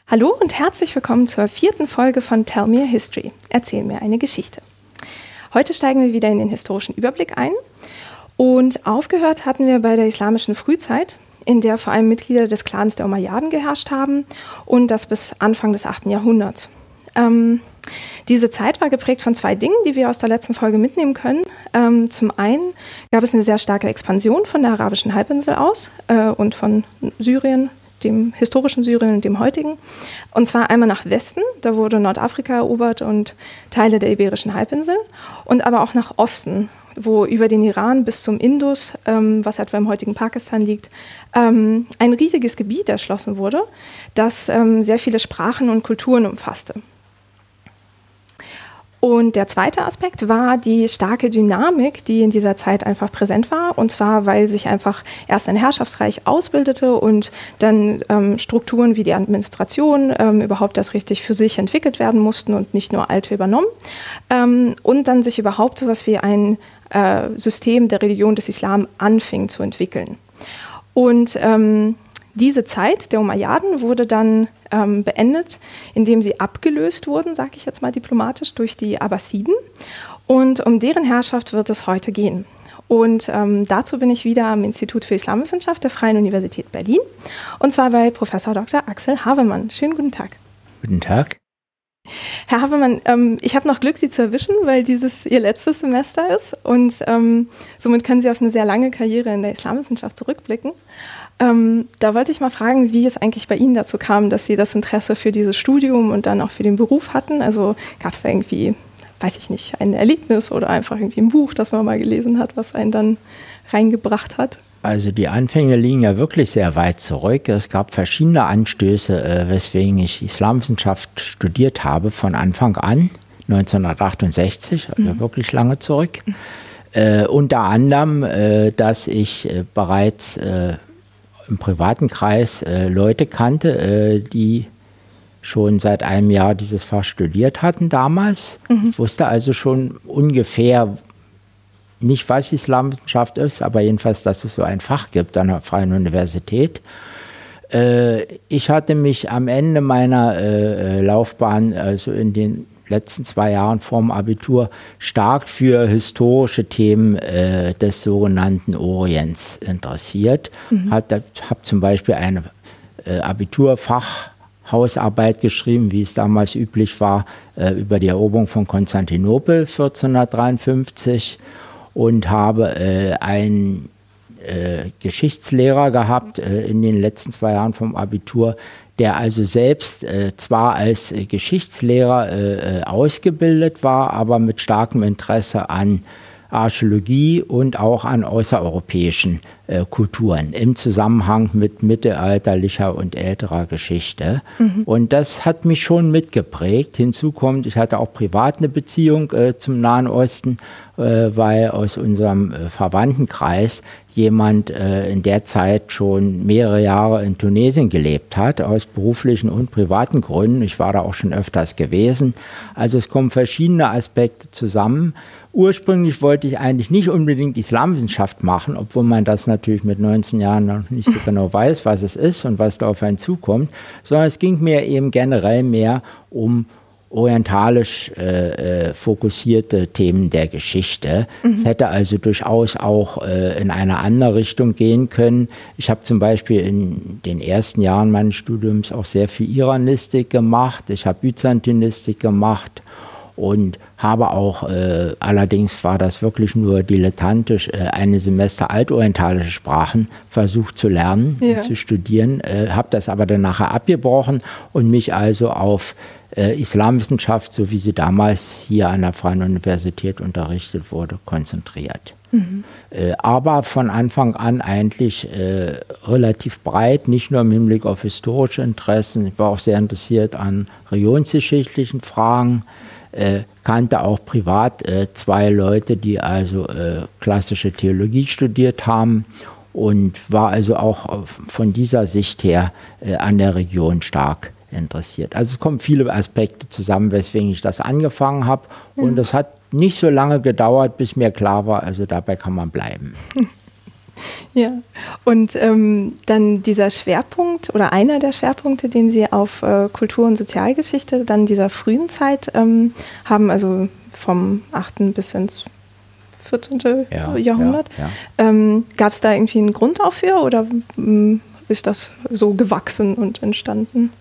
Hallo und herzlich willkommen zur 4. Folge von Tell Me a History. Erzähl mir eine Geschichte. Heute steigen wir wieder in den historischen Überblick ein. Und aufgehört hatten wir bei der islamischen Frühzeit, in der vor allem Mitglieder des Clans der Umayyaden geherrscht haben und das bis Anfang des 8. Jahrhunderts. Diese Zeit war geprägt von zwei Dingen, die wir aus der letzten Folge mitnehmen können. Zum einen gab es eine sehr starke Expansion von der arabischen Halbinsel aus und von Syrien, dem historischen Syrien und dem heutigen. Und zwar einmal nach Westen, da wurde Nordafrika erobert und Teile der Iberischen Halbinsel. Und aber auch nach Osten, wo über den Iran bis zum Indus, was etwa im heutigen Pakistan liegt, ein riesiges Gebiet erschlossen wurde, das sehr viele Sprachen und Kulturen umfasste. Und der zweite Aspekt war die starke Dynamik, die in dieser Zeit einfach präsent war. Und zwar, weil sich einfach erst ein Herrschaftsreich ausbildete und dann Strukturen wie die Administration überhaupt das richtig für sich entwickelt werden mussten und nicht nur alte übernommen. Und dann sich überhaupt so etwas wie ein System der Religion des Islam anfing zu entwickeln. Und diese Zeit der Umayyaden wurde dann beendet, indem sie abgelöst wurden, sage ich jetzt mal diplomatisch, durch die Abbasiden. Und um deren Herrschaft wird es heute gehen. Und dazu bin ich wieder am Institut für Islamwissenschaft der Freien Universität Berlin. Und zwar bei Professor Dr. Axel Havemann. Schönen guten Tag. Guten Tag. Herr Havemann, ich habe noch Glück, Sie zu erwischen, weil dieses Ihr letztes Semester ist. Und somit können Sie auf eine sehr lange Karriere in der Islamwissenschaft zurückblicken. Da wollte ich mal fragen, wie es eigentlich bei Ihnen dazu kam, dass Sie das Interesse für dieses Studium und dann auch für den Beruf hatten. Also gab es da irgendwie, weiß ich nicht, ein Erlebnis oder einfach irgendwie ein Buch, das man mal gelesen hat, was einen dann reingebracht hat? Also die Anfänge liegen ja wirklich sehr weit zurück. Es gab verschiedene Anstöße, weswegen ich Islamwissenschaft studiert habe von Anfang an, 1968, also wirklich lange zurück. Unter anderem, dass ich bereits im privaten Kreis Leute kannte, die schon seit einem Jahr dieses Fach studiert hatten damals. Ich wusste also schon ungefähr nicht, was Islamwissenschaft ist, aber jedenfalls, dass es so ein Fach gibt an der Freien Universität. Ich hatte mich am Ende meiner Laufbahn, also in den letzten 2 Jahren vorm Abitur, stark für historische Themen des sogenannten Orients interessiert. Habe zum Beispiel eine Abiturfachhausarbeit geschrieben, wie es damals üblich war, über die Eroberung von Konstantinopel 1453 und habe einen Geschichtslehrer gehabt in den letzten 2 Jahren vom Abitur, der also selbst zwar als Geschichtslehrer ausgebildet war, aber mit starkem Interesse an Archäologie und auch an außereuropäischen Kulturen im Zusammenhang mit mittelalterlicher und älterer Geschichte. Und das hat mich schon mitgeprägt. Hinzu kommt, ich hatte auch privat eine Beziehung zum Nahen Osten, weil aus unserem Verwandtenkreis jemand in der Zeit schon mehrere Jahre in Tunesien gelebt hat, aus beruflichen und privaten Gründen. Ich war da auch schon öfters gewesen. Also es kommen verschiedene Aspekte zusammen. Ursprünglich wollte ich eigentlich nicht unbedingt Islamwissenschaft machen, obwohl man das natürlich mit 19 Jahren noch nicht so genau weiß, was es ist und was da auf einen zukommt, sondern es ging mir eben generell mehr um orientalisch fokussierte Themen der Geschichte. Es hätte also durchaus auch in eine andere Richtung gehen können. Ich habe zum Beispiel in den ersten Jahren meines Studiums auch sehr viel Iranistik gemacht. Ich habe Byzantinistik gemacht und habe auch, allerdings war das wirklich nur dilettantisch, eine Semester altorientalische Sprachen versucht zu lernen, zu studieren, habe das aber dann nachher abgebrochen und mich also auf Islamwissenschaft, so wie sie damals hier an der Freien Universität unterrichtet wurde, konzentriert. Aber von Anfang an eigentlich relativ breit, nicht nur im Hinblick auf historische Interessen. Ich war auch sehr interessiert an religionsgeschichtlichen Fragen, kannte auch privat 2 Leute, die also klassische Theologie studiert haben und war also auch von dieser Sicht her an der Region stark interessiert. Also es kommen viele Aspekte zusammen, weswegen ich das angefangen habe. Und es hat nicht so lange gedauert, bis mir klar war, also dabei kann man bleiben. Ja, und dann dieser Schwerpunkt oder einer der Schwerpunkte, den Sie auf Kultur- und Sozialgeschichte dann dieser frühen Zeit haben, also vom 8. bis ins 14. Jahrhundert. Gab es da irgendwie einen Grund dafür oder ist das so gewachsen und entstanden?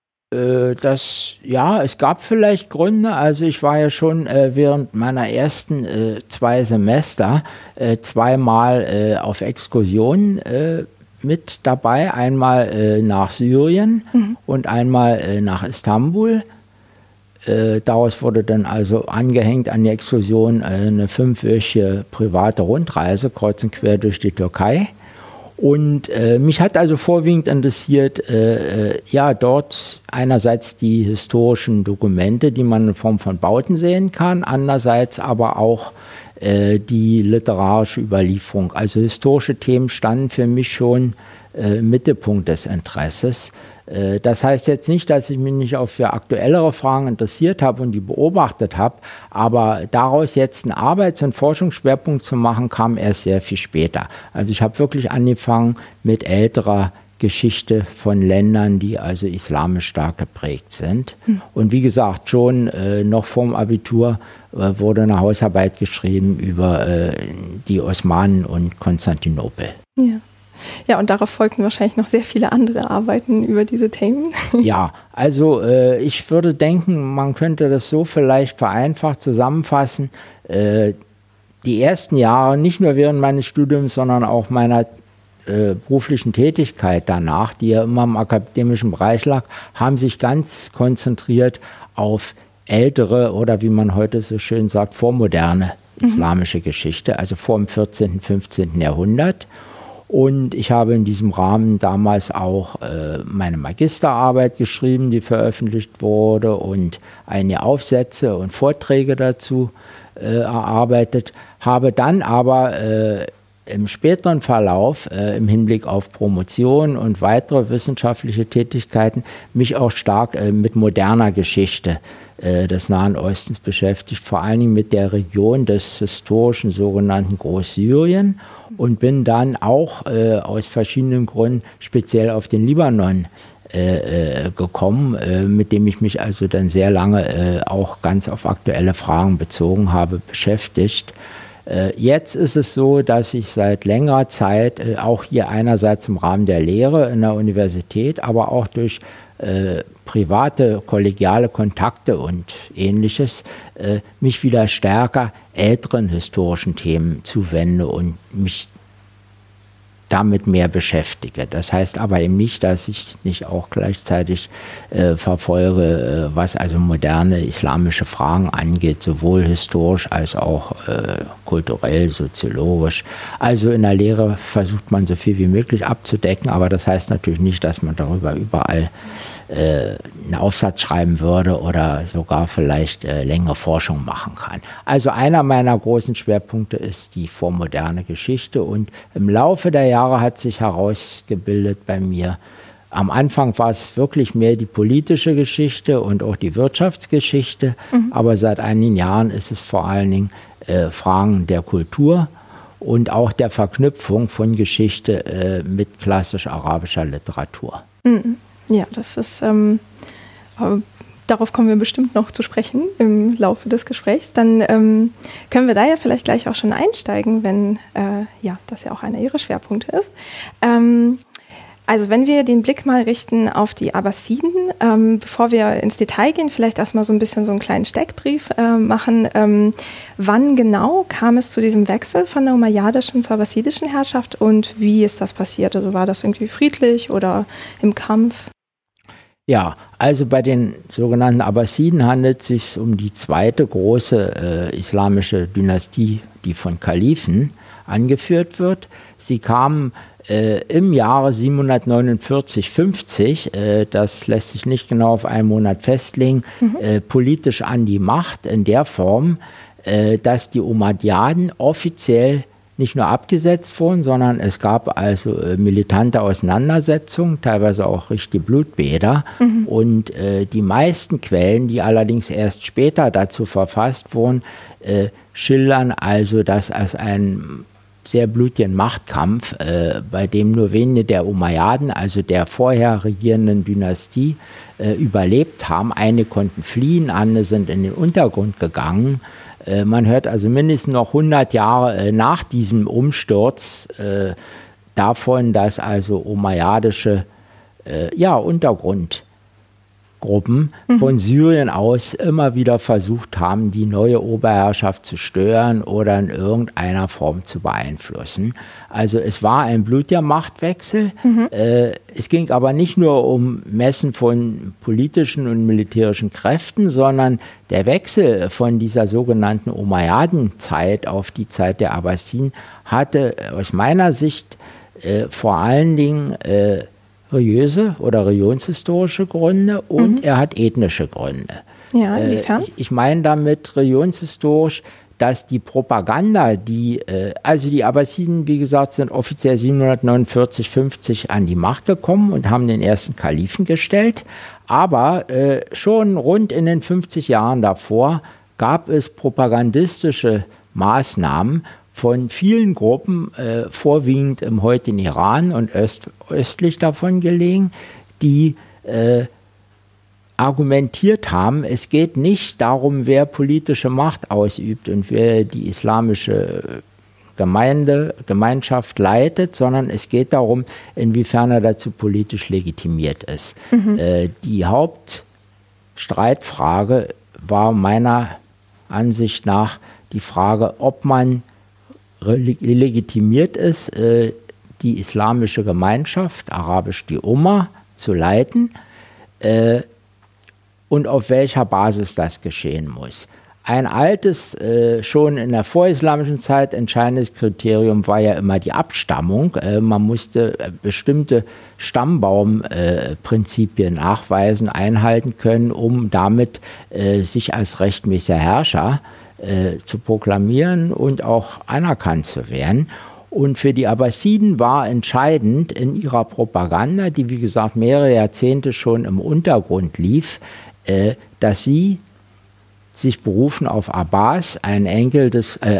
Es gab vielleicht Gründe. Also ich war ja schon während meiner ersten 2 Semester zweimal auf Exkursionen mit dabei. Einmal nach Syrien und einmal nach Istanbul. Daraus wurde dann also angehängt an die Exkursion eine 5-wöchige private Rundreise kreuz und quer durch die Türkei. Und mich hat also vorwiegend interessiert, dort einerseits die historischen Dokumente, die man in Form von Bauten sehen kann, andererseits aber auch die literarische Überlieferung. Also historische Themen standen für mich schon im Mittelpunkt des Interesses. Das heißt jetzt nicht, dass ich mich nicht auch für aktuellere Fragen interessiert habe und die beobachtet habe, aber daraus jetzt einen Arbeits- und Forschungsschwerpunkt zu machen, kam erst sehr viel später. Also ich habe wirklich angefangen mit älterer Geschichte von Ländern, die also islamisch stark geprägt sind. Und wie gesagt, schon noch vorm Abitur wurde eine Hausarbeit geschrieben über die Osmanen und Konstantinopel. Ja. Ja, und darauf folgten wahrscheinlich noch sehr viele andere Arbeiten über diese Themen. Ja, also ich würde denken, man könnte das so vielleicht vereinfacht zusammenfassen. Die ersten Jahre, nicht nur während meines Studiums, sondern auch meiner beruflichen Tätigkeit danach, die ja immer im akademischen Bereich lag, haben sich ganz konzentriert auf ältere oder wie man heute so schön sagt, vormoderne islamische Geschichte, also vor dem 14., 15. Jahrhundert. Und ich habe in diesem Rahmen damals auch meine Magisterarbeit geschrieben, die veröffentlicht wurde und einige Aufsätze und Vorträge dazu erarbeitet, habe dann aber im späteren Verlauf im Hinblick auf Promotion und weitere wissenschaftliche Tätigkeiten mich auch stark mit moderner Geschichte des Nahen Ostens beschäftigt, vor allen Dingen mit der Region des historischen sogenannten Großsyrien und bin dann auch aus verschiedenen Gründen speziell auf den Libanon gekommen, mit dem ich mich also dann sehr lange auch ganz auf aktuelle Fragen bezogen habe, beschäftigt. Jetzt ist es so, dass ich seit längerer Zeit auch hier einerseits im Rahmen der Lehre in der Universität, aber auch durch private, kollegiale Kontakte und Ähnliches mich wieder stärker älteren historischen Themen zuwende und mich damit mehr beschäftige. Das heißt aber eben nicht, dass ich nicht auch gleichzeitig verfolge, was also moderne islamische Fragen angeht, sowohl historisch als auch kulturell, soziologisch. Also in der Lehre versucht man so viel wie möglich abzudecken, aber das heißt natürlich nicht, dass man darüber überall einen Aufsatz schreiben würde oder sogar vielleicht längere Forschung machen kann. Also einer meiner großen Schwerpunkte ist die vormoderne Geschichte und im Laufe der Jahre hat sich herausgebildet bei mir, am Anfang war es wirklich mehr die politische Geschichte und auch die Wirtschaftsgeschichte, aber seit einigen Jahren ist es vor allen Dingen Fragen der Kultur und auch der Verknüpfung von Geschichte mit klassisch-arabischer Literatur. Ja, das ist, darauf kommen wir bestimmt noch zu sprechen im Laufe des Gesprächs. Dann können wir da ja vielleicht gleich auch schon einsteigen, wenn das ja auch einer Ihrer Schwerpunkte ist. Also wenn wir den Blick mal richten auf die Abbasiden, bevor wir ins Detail gehen, vielleicht erstmal so ein bisschen so einen kleinen Steckbrief machen. Wann genau kam es zu diesem Wechsel von der umayyadischen zur abbasidischen Herrschaft und wie ist das passiert? Also war das irgendwie friedlich oder im Kampf? Ja, also bei den sogenannten Abbasiden handelt es sich um die zweite große islamische Dynastie, die von Kalifen angeführt wird. Sie kamen im Jahre 749/50, das lässt sich nicht genau auf einen Monat festlegen, politisch an die Macht in der Form, dass die Umayyaden offiziell nicht nur abgesetzt wurden, sondern es gab also militante Auseinandersetzungen, teilweise auch richtige Blutbäder. Und die meisten Quellen, die allerdings erst später dazu verfasst wurden, schildern also das als einen sehr blutigen Machtkampf, bei dem nur wenige der Umayyaden, also der vorher regierenden Dynastie, überlebt haben. Einige konnten fliehen, andere sind in den Untergrund gegangen. Man hört also mindestens noch 100 Jahre nach diesem Umsturz davon, dass also umayyadische Untergrundgruppen von Syrien aus immer wieder versucht haben, die neue Oberherrschaft zu stören oder in irgendeiner Form zu beeinflussen. Also es war ein blutiger Machtwechsel. Es ging aber nicht nur um Messen von politischen und militärischen Kräften, sondern der Wechsel von dieser sogenannten Umayyadenzeit auf die Zeit der Abbasiden hatte aus meiner Sicht vor allen Dingen religiöse oder religionshistorische Gründe und er hat ethnische Gründe. Ja, inwiefern? Ich meine damit religionshistorisch, dass die Propaganda, also die Abbasiden, wie gesagt, sind offiziell 749, 50 an die Macht gekommen und haben den ersten Kalifen gestellt, aber schon rund in den 50 Jahren davor gab es propagandistische Maßnahmen von vielen Gruppen, vorwiegend im heutigen Iran und östlich davon gelegen, die argumentiert haben, es geht nicht darum, wer politische Macht ausübt und wer die islamische Gemeinschaft leitet, sondern es geht darum, inwiefern er dazu politisch legitimiert ist. Die Hauptstreitfrage war meiner Ansicht nach die Frage, ob man legitimiert ist, die islamische Gemeinschaft, arabisch die Umma, zu leiten und auf welcher Basis das geschehen muss. Ein altes, schon in der vorislamischen Zeit entscheidendes Kriterium war ja immer die Abstammung. Man musste bestimmte Stammbaumprinzipien nachweisen, einhalten können, um damit sich als rechtmäßiger Herrscher zu proklamieren und auch anerkannt zu werden. Und für die Abbasiden war entscheidend in ihrer Propaganda, die wie gesagt mehrere Jahrzehnte schon im Untergrund lief, dass sie sich berufen auf Abbas, ein Onkel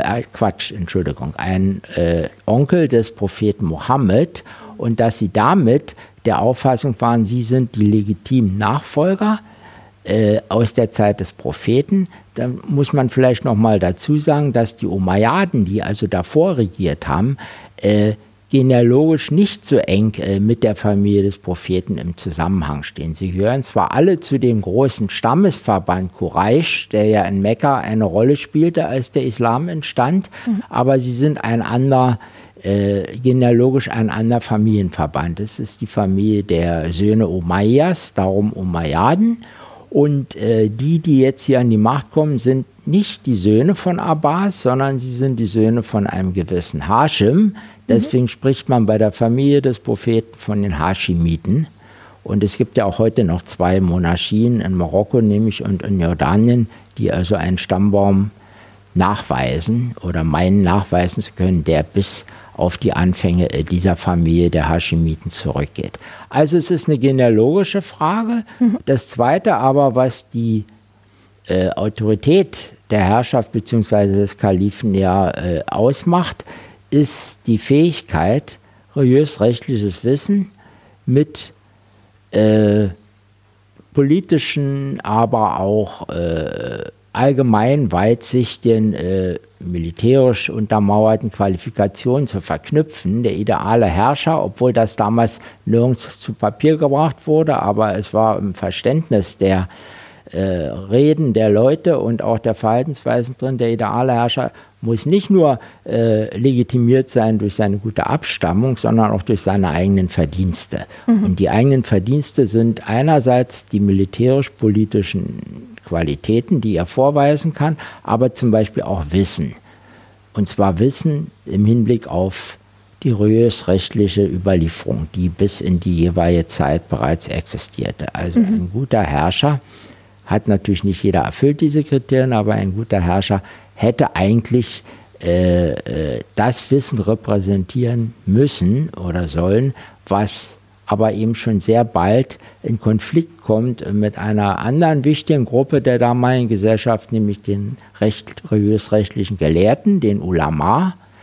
des Propheten Mohammed, und dass sie damit der Auffassung waren, sie sind die legitimen Nachfolger aus der Zeit des Propheten. Dann muss man vielleicht noch mal dazu sagen, dass die Umayyaden, die also davor regiert haben, genealogisch nicht so eng mit der Familie des Propheten im Zusammenhang stehen. Sie gehören zwar alle zu dem großen Stammesverband Quraysh, der ja in Mekka eine Rolle spielte, als der Islam entstand, aber sie sind genealogisch ein anderer Familienverband. Es ist die Familie der Söhne Umayyas, darum Umayyaden. Und die jetzt hier an die Macht kommen, sind nicht die Söhne von Abbas, sondern sie sind die Söhne von einem gewissen Haschim. Deswegen spricht man bei der Familie des Propheten von den Haschimiten. Und es gibt ja auch heute noch 2 Monarchien, in Marokko nämlich und in Jordanien, die also einen Stammbaum nachweisen oder meinen nachweisen zu können, der bis auf die Anfänge dieser Familie der Haschimiten zurückgeht. Also es ist eine genealogische Frage. Das Zweite aber, was die Autorität der Herrschaft bzw. des Kalifen ausmacht, ist die Fähigkeit, religiös-rechtliches Wissen mit politischen, aber auch allgemein weitsichtigen, militärisch untermauerten Qualifikationen zu verknüpfen. Der ideale Herrscher, obwohl das damals nirgends zu Papier gebracht wurde, aber es war im Verständnis der Reden der Leute und auch der Verhaltensweisen drin, der ideale Herrscher muss nicht nur legitimiert sein durch seine gute Abstammung, sondern auch durch seine eigenen Verdienste. Und die eigenen Verdienste sind einerseits die militärisch-politischen Qualitäten, die er vorweisen kann, aber zum Beispiel auch Wissen. Und zwar Wissen im Hinblick auf die religiös-rechtliche Überlieferung, die bis in die jeweilige Zeit bereits existierte. Also ein guter Herrscher hat natürlich nicht jeder erfüllt diese Kriterien, aber ein guter Herrscher hätte eigentlich das Wissen repräsentieren müssen oder sollen, was aber eben schon sehr bald in Konflikt kommt mit einer anderen wichtigen Gruppe der damaligen Gesellschaft, nämlich den religiös-rechtlichen Gelehrten, den Ulama,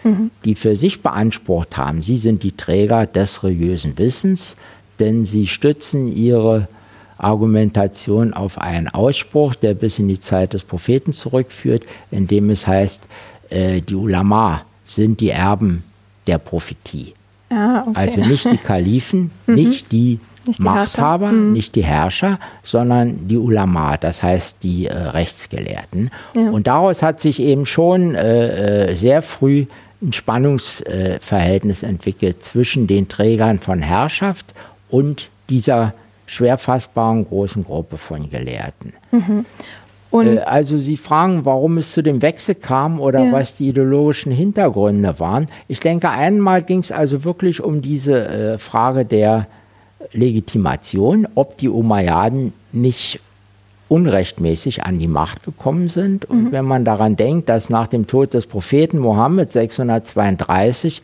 die für sich beansprucht haben, sie sind die Träger des religiösen Wissens, denn sie stützen ihre Argumentation auf einen Ausspruch, der bis in die Zeit des Propheten zurückführt, in dem es heißt, die Ulama sind die Erben der Prophetie. Ah, okay. Also nicht die Kalifen, nicht die Machthaber, nicht die Herrscher, sondern die Ulama, das heißt die Rechtsgelehrten. Ja. Und daraus hat sich eben schon sehr früh ein Spannungsverhältnis entwickelt zwischen den Trägern von Herrschaft und dieser schwer fassbaren großen Gruppe von Gelehrten. Und also Sie fragen, warum es zu dem Wechsel kam oder was die ideologischen Hintergründe waren. Ich denke, einmal ging es also wirklich um diese Frage der Legitimation, ob die Umayyaden nicht unrechtmäßig an die Macht gekommen sind. Und wenn man daran denkt, dass nach dem Tod des Propheten Mohammed 632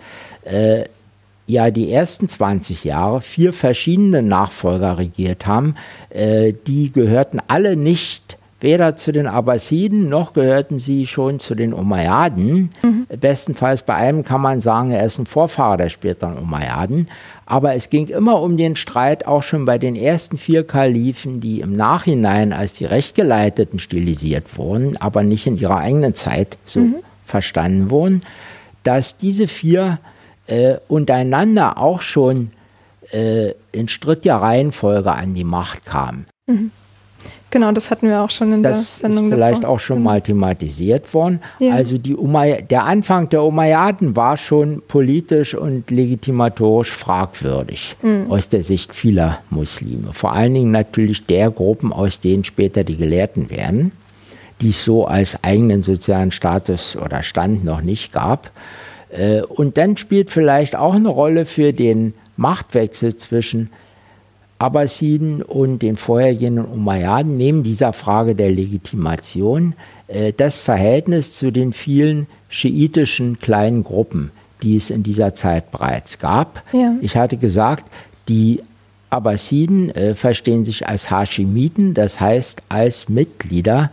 ja die ersten 20 Jahre 4 verschiedene Nachfolger regiert haben, die gehörten alle nicht weder zu den Abbasiden, noch gehörten sie schon zu den Umayyaden. Bestenfalls bei einem kann man sagen, er ist ein Vorfahre der späteren Umayyaden. Aber es ging immer um den Streit, auch schon bei den ersten 4 Kalifen, die im Nachhinein als die Rechtgeleiteten stilisiert wurden, aber nicht in ihrer eigenen Zeit so verstanden wurden, dass diese 4 untereinander auch schon in strittiger Reihenfolge an die Macht kamen. Genau, das hatten wir auch schon in der Sendung. Das ist vielleicht auch schon mal thematisiert worden. Ja. Also der Anfang der Umayyaden war schon politisch und legitimatorisch fragwürdig aus der Sicht vieler Muslime. Vor allen Dingen natürlich der Gruppen, aus denen später die Gelehrten werden, die es so als eigenen sozialen Status oder Stand noch nicht gab. Und dann spielt vielleicht auch eine Rolle für den Machtwechsel zwischen Abbasiden und den vorhergehenden Umayyaden neben dieser Frage der Legitimation das Verhältnis zu den vielen schiitischen kleinen Gruppen, die es in dieser Zeit bereits gab. Ja. Ich hatte gesagt, die Abbasiden verstehen sich als Haschimiten, das heißt als Mitglieder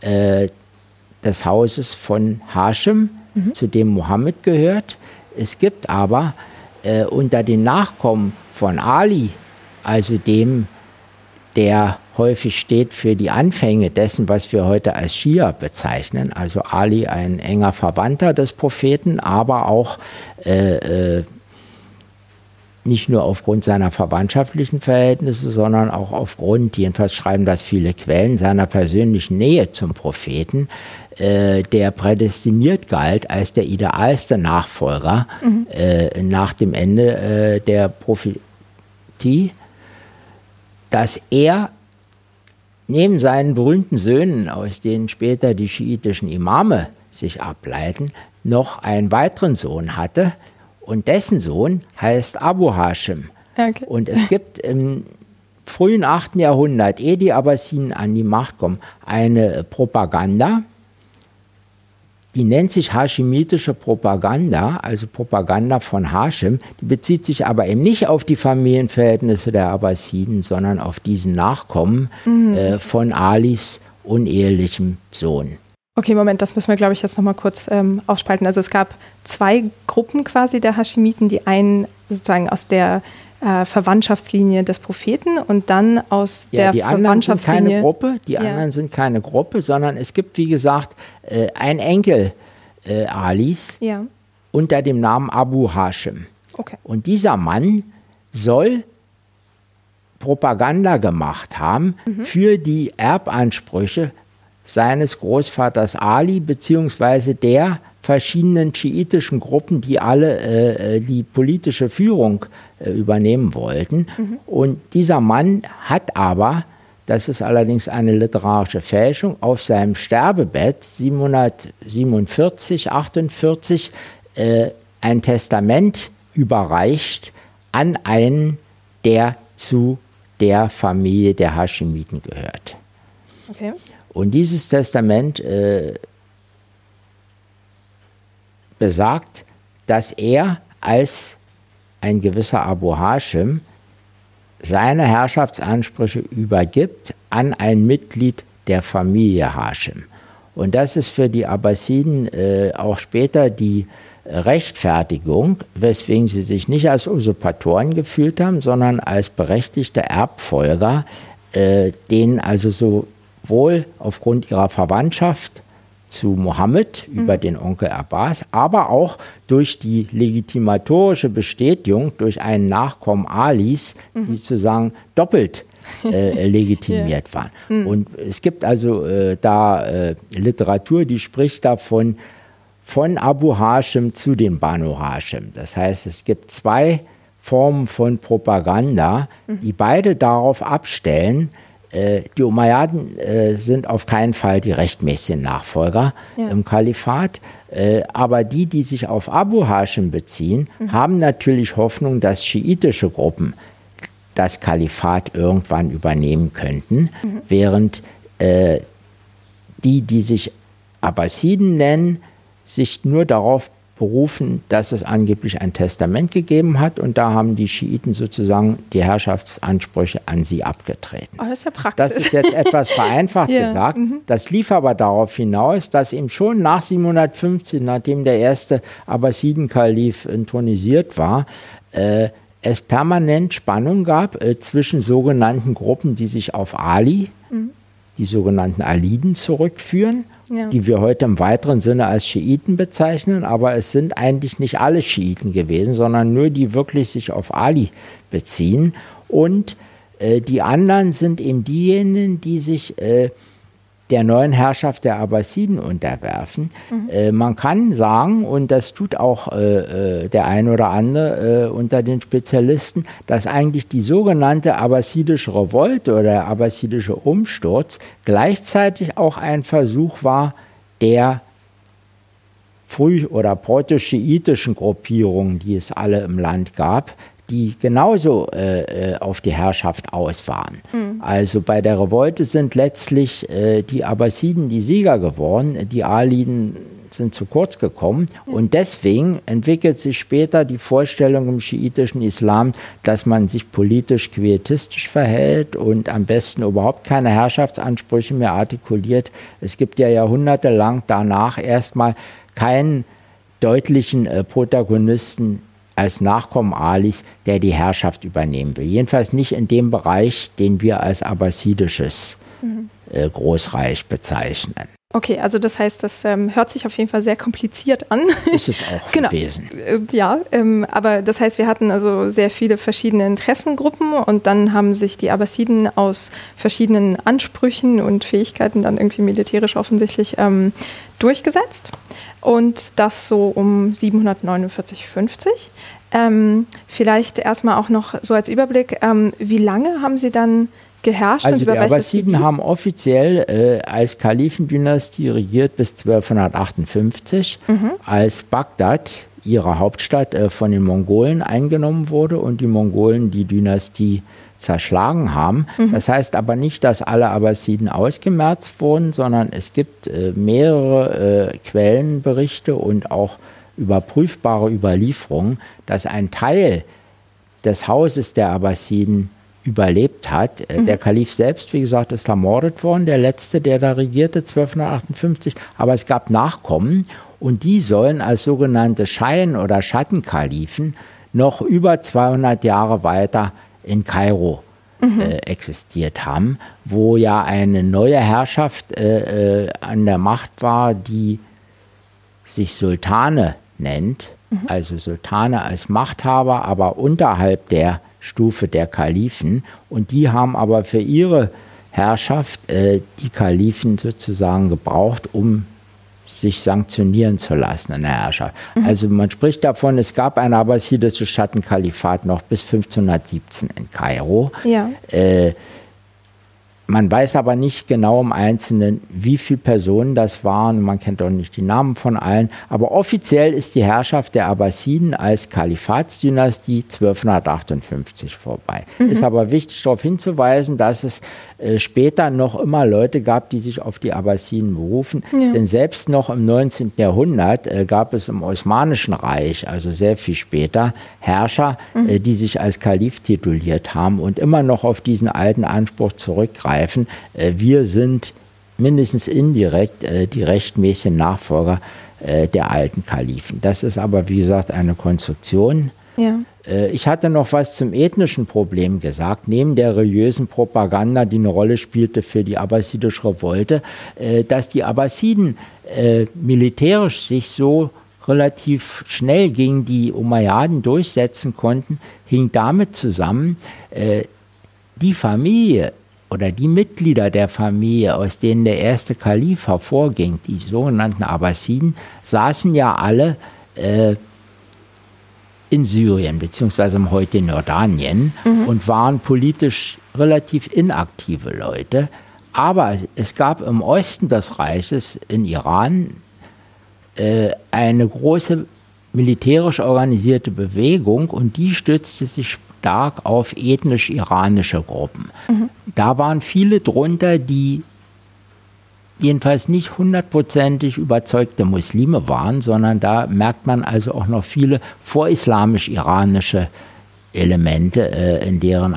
des Hauses von Haschim, zu dem Mohammed gehört. Es gibt aber unter den Nachkommen von Ali, also dem, der häufig steht für die Anfänge dessen, was wir heute als Schia bezeichnen. Also Ali, ein enger Verwandter des Propheten, aber auch nicht nur aufgrund seiner verwandtschaftlichen Verhältnisse, sondern auch aufgrund, jedenfalls schreiben das viele Quellen, seiner persönlichen Nähe zum Propheten, der prädestiniert galt als der idealste Nachfolger nach dem Ende der Prophetie, dass er neben seinen berühmten Söhnen, aus denen später die schiitischen Imame sich ableiten, noch einen weiteren Sohn hatte. Und dessen Sohn heißt Abu Hashim. Okay. Und es gibt im frühen 8. Jahrhundert, ehe die Abbasiden an die Macht kommen, eine Propaganda, die nennt sich haschimitische Propaganda, also Propaganda von Haschim. Die bezieht sich aber eben nicht auf die Familienverhältnisse der Abbasiden, sondern auf diesen Nachkommen von Alis unehelichem Sohn. Okay, Moment, das müssen wir, glaube ich, jetzt nochmal kurz aufspalten. Also es gab 2 Gruppen quasi der Haschimiten, die einen sozusagen aus der Verwandtschaftslinie des Propheten und dann aus der Verwandtschaftslinie. Die anderen sind keine Gruppe, sondern es gibt, wie gesagt, ein Enkel Alis unter dem Namen Abu Hashim. Okay. Und dieser Mann soll Propaganda gemacht haben für die Erbansprüche seines Großvaters Ali beziehungsweise der verschiedenen schiitischen Gruppen, die alle die politische Führung übernehmen wollten. Und dieser Mann hat aber, das ist allerdings eine literarische Fälschung, auf seinem Sterbebett 747, 48 ein Testament überreicht an einen, der zu der Familie der Haschimiten gehört. Okay. Und dieses Testament besagt, dass er als ein gewisser Abu Hashim seine Herrschaftsansprüche übergibt an ein Mitglied der Familie Hashim. Und das ist für die Abbasiden auch später die Rechtfertigung, weswegen sie sich nicht als Usurpatoren gefühlt haben, sondern als berechtigte Erbfolger, denen also sowohl aufgrund ihrer Verwandtschaft zu Mohammed über den Onkel Abbas, aber auch durch die legitimatorische Bestätigung durch einen Nachkommen Alis, die sozusagen doppelt legitimiert waren. Und es gibt also Literatur, die spricht davon, von Abu Hashim zu den Banu Hashim. Das heißt, es gibt zwei Formen von Propaganda, die beide darauf abstellen, die Umayyaden sind auf keinen Fall die rechtmäßigen Nachfolger im Kalifat, aber die sich auf Abu Hashim beziehen, haben natürlich Hoffnung, dass schiitische Gruppen das Kalifat irgendwann übernehmen könnten, während die sich Abbasiden nennen, sich nur darauf berufen, dass es angeblich ein Testament gegeben hat, und da haben die Schiiten sozusagen die Herrschaftsansprüche an sie abgetreten. Oh, das ist ja praktisch. Das ist jetzt etwas vereinfacht gesagt. Das lief aber darauf hinaus, dass eben schon nach 750, nachdem der erste Abbasiden-Kalif intronisiert war, es permanent Spannung gab zwischen sogenannten Gruppen, die sich auf Ali, die sogenannten Aliden, zurückführen, die wir heute im weiteren Sinne als Schiiten bezeichnen, aber es sind eigentlich nicht alle Schiiten gewesen, sondern nur die wirklich sich auf Ali beziehen. Und die anderen sind eben diejenigen, die sich der neuen Herrschaft der Abbasiden unterwerfen. Man kann sagen, und das tut auch der ein oder andere unter den Spezialisten, dass eigentlich die sogenannte abbasidische Revolte oder der abbasidische Umsturz gleichzeitig auch ein Versuch war, der früh- oder proto-schiitischen Gruppierungen, die es alle im Land gab, die genauso auf die Herrschaft aus waren. Also bei der Revolte sind letztlich die Abbasiden die Sieger geworden, die Aliden sind zu kurz gekommen, und deswegen entwickelt sich später die Vorstellung im schiitischen Islam, dass man sich politisch quietistisch verhält und am besten überhaupt keine Herrschaftsansprüche mehr artikuliert. Es gibt ja jahrhundertelang danach erstmal keinen deutlichen Protagonisten als Nachkommen Alis, der die Herrschaft übernehmen will. Jedenfalls nicht in dem Bereich, den wir als abbasidisches Großreich bezeichnen. Okay, also das heißt, das hört sich auf jeden Fall sehr kompliziert an. Ist es auch gewesen. Aber das heißt, wir hatten also sehr viele verschiedene Interessengruppen, und dann haben sich die Abbasiden aus verschiedenen Ansprüchen und Fähigkeiten dann irgendwie militärisch offensichtlich durchgesetzt. Und das so um 749, 50. Vielleicht erstmal auch noch so als Überblick, wie lange haben Sie dann geherrscht? Also und über die Abbasiden haben offiziell als Kalifendynastie regiert bis 1258, als Bagdad, ihre Hauptstadt, von den Mongolen eingenommen wurde und die Mongolen die Dynastie zerschlagen haben. Das heißt aber nicht, dass alle Abbasiden ausgemerzt wurden, sondern es gibt mehrere Quellenberichte und auch überprüfbare Überlieferungen, dass ein Teil des Hauses der Abbasiden überlebt hat. Der Kalif selbst, wie gesagt, ist ermordet worden, der letzte, der da regierte, 1258, aber es gab Nachkommen, und die sollen als sogenannte Schein- oder Schattenkalifen noch über 200 Jahre weiter in Kairo existiert haben, wo ja eine neue Herrschaft an der Macht war, die sich Sultane nennt, also Sultane als Machthaber, aber unterhalb der Stufe der Kalifen, und die haben aber für ihre Herrschaft die Kalifen sozusagen gebraucht, um sich sanktionieren zu lassen in der Herrschaft. Also man spricht davon, es gab ein abbasidisches Schattenkalifat noch bis 1517 in Kairo. Ja. Man weiß aber nicht genau im Einzelnen, wie viele Personen das waren. Man kennt auch nicht die Namen von allen. Aber offiziell ist die Herrschaft der Abbasiden als Kalifatsdynastie 1258 vorbei. Ist aber wichtig darauf hinzuweisen, dass es später noch immer Leute gab, die sich auf die Abbasiden berufen. Ja. Denn selbst noch im 19. Jahrhundert gab es im Osmanischen Reich, also sehr viel später, Herrscher, die sich als Kalif tituliert haben und immer noch auf diesen alten Anspruch zurückgreifen. Wir sind mindestens indirekt die rechtmäßigen Nachfolger der alten Kalifen. Das ist aber, wie gesagt, eine Konstruktion. Ja. Ich hatte noch was zum ethnischen Problem gesagt, neben der religiösen Propaganda, die eine Rolle spielte für die abbasidische Revolte, dass die Abbasiden militärisch sich so relativ schnell gegen die Umayyaden durchsetzen konnten, hing damit zusammen, die Familie oder die Mitglieder der Familie, aus denen der erste Kalif hervorging, die sogenannten Abbasiden, saßen ja alle in Syrien beziehungsweise im heutigen Jordanien und waren politisch relativ inaktive Leute. Aber es gab im Osten des Reiches, in Iran, eine große militärisch organisierte Bewegung und die stützte sich stark auf ethnisch-iranische Gruppen. Da waren viele drunter, die jedenfalls nicht hundertprozentig überzeugte Muslime waren, sondern da merkt man also auch noch viele vorislamisch-iranische Elemente in der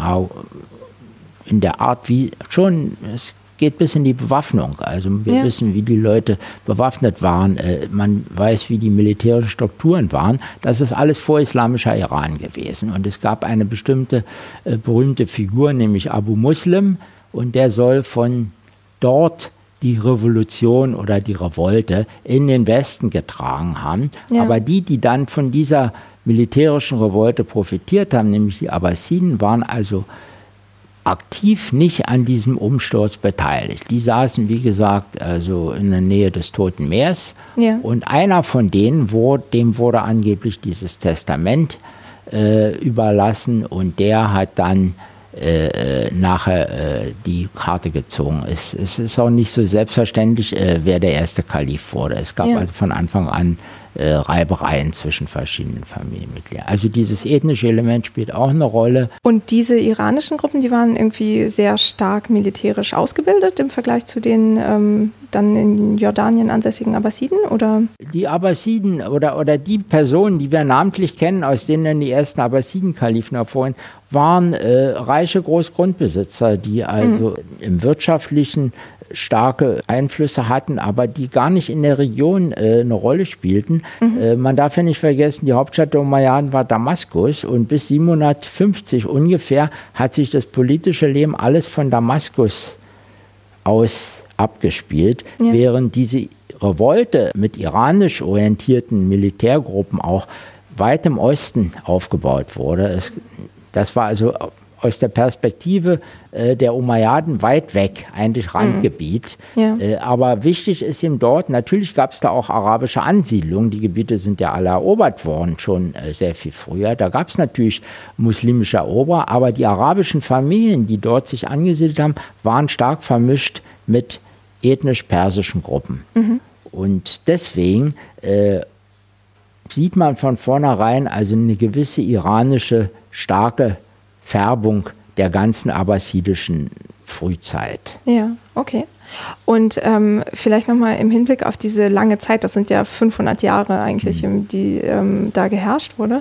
Art, wie schon, es geht bis in die Bewaffnung. Also wir wissen, wie die Leute bewaffnet waren. Man weiß, wie die militärischen Strukturen waren. Das ist alles vorislamischer Iran gewesen. Und es gab eine bestimmte berühmte Figur, nämlich Abu Muslim. Und der soll von dort die Revolution oder die Revolte in den Westen getragen haben. Ja. Aber die dann von dieser militärischen Revolte profitiert haben, nämlich die Abbasiden, waren also aktiv nicht an diesem Umsturz beteiligt. Die saßen, wie gesagt, also in der Nähe des Toten Meers. Ja. Und einer von denen, dem wurde angeblich dieses Testament überlassen und der hat dann nachher die Karte gezogen. Es ist auch nicht so selbstverständlich, wer der erste Kalif wurde. Es gab also von Anfang an Reibereien zwischen verschiedenen Familienmitgliedern. Also dieses ethnische Element spielt auch eine Rolle. Und diese iranischen Gruppen, die waren irgendwie sehr stark militärisch ausgebildet im Vergleich zu den dann in Jordanien ansässigen Abbasiden, oder? Die Abbasiden oder die Personen, die wir namentlich kennen, aus denen die ersten Abbasiden-Kalifen hervorgehen, waren reiche Großgrundbesitzer, die also im wirtschaftlichen starke Einflüsse hatten, aber die gar nicht in der Region eine Rolle spielten. Man darf ja nicht vergessen, die Hauptstadt der Umayyaden war Damaskus und bis 750 ungefähr hat sich das politische Leben alles von Damaskus aus abgespielt, während diese Revolte mit iranisch orientierten Militärgruppen auch weit im Osten aufgebaut wurde. Das war also aus der Perspektive der Umayyaden weit weg, eigentlich Randgebiet. Ja. Aber wichtig ist eben dort, natürlich gab es da auch arabische Ansiedlungen, die Gebiete sind ja alle erobert worden, schon sehr viel früher. Da gab es natürlich muslimische Eroberer, aber die arabischen Familien, die dort sich angesiedelt haben, waren stark vermischt mit ethnisch-persischen Gruppen. Und deswegen sieht man von vornherein also eine gewisse iranische starke Färbung der ganzen abbasidischen Frühzeit. Ja, okay. Und vielleicht nochmal im Hinblick auf diese lange Zeit, das sind ja 500 Jahre eigentlich, die da geherrscht wurde.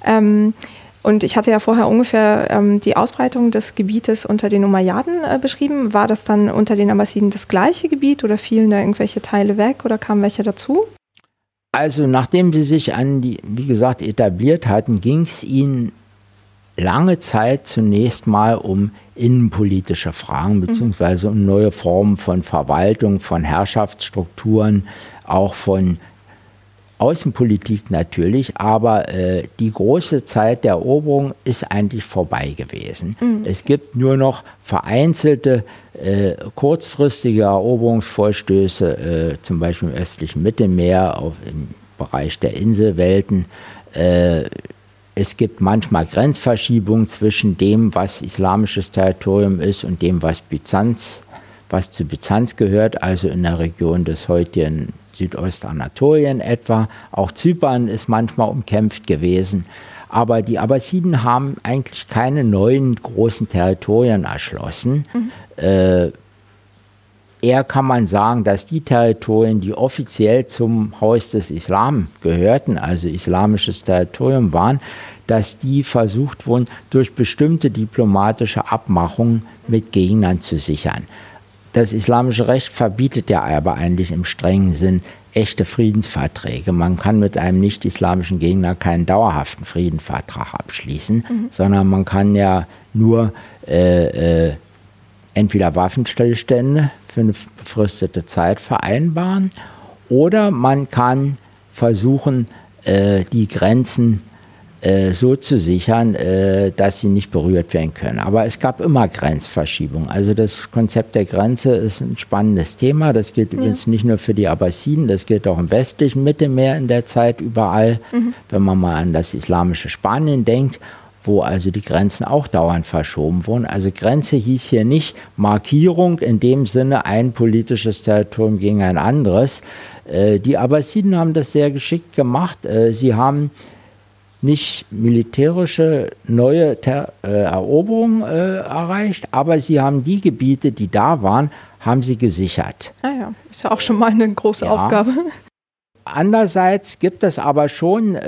Und ich hatte ja vorher ungefähr die Ausbreitung des Gebietes unter den Umayyaden beschrieben. War das dann unter den Abbasiden das gleiche Gebiet oder fielen da irgendwelche Teile weg oder kamen welche dazu? Also nachdem sie sich wie gesagt, etabliert hatten, ging es ihnen lange Zeit zunächst mal um innenpolitische Fragen, beziehungsweise um neue Formen von Verwaltung, von Herrschaftsstrukturen, auch von Außenpolitik natürlich, aber die große Zeit der Eroberung ist eigentlich vorbei gewesen. Es gibt nur noch vereinzelte, kurzfristige Eroberungsvorstöße, zum Beispiel im östlichen Mittelmeer, im Bereich der Inselwelten. Es gibt manchmal Grenzverschiebungen zwischen dem, was islamisches Territorium ist und dem, was zu Byzanz gehört, also in der Region des heutigen Südostanatolien etwa. Auch Zypern ist manchmal umkämpft gewesen. Aber die Abbasiden haben eigentlich keine neuen großen Territorien erschlossen. Eher kann man sagen, dass die Territorien, die offiziell zum Haus des Islam gehörten, also islamisches Territorium waren, dass die versucht wurden, durch bestimmte diplomatische Abmachungen mit Gegnern zu sichern. das islamische Recht verbietet ja aber eigentlich im strengen Sinn echte Friedensverträge. Man kann mit einem nicht-islamischen Gegner keinen dauerhaften Friedensvertrag abschließen, sondern man kann ja nur entweder Waffenstillstände für eine befristete Zeit vereinbaren oder man kann versuchen, die Grenzen so zu sichern, dass sie nicht berührt werden können. Aber es gab immer Grenzverschiebungen. Also das Konzept der Grenze ist ein spannendes Thema. Das gilt übrigens nicht nur für die Abbasiden, das gilt auch im westlichen Mittelmeer in der Zeit überall. Wenn man mal an das islamische Spanien denkt, wo also die Grenzen auch dauernd verschoben wurden. Also Grenze hieß hier nicht Markierung in dem Sinne ein politisches Territorium gegen ein anderes. Die Abbasiden haben das sehr geschickt gemacht. Sie haben nicht militärische neue Eroberungen erreicht, aber sie haben die Gebiete, die da waren, haben sie gesichert. Ah ja, ist ja auch schon mal eine große Aufgabe. Andererseits gibt es aber schon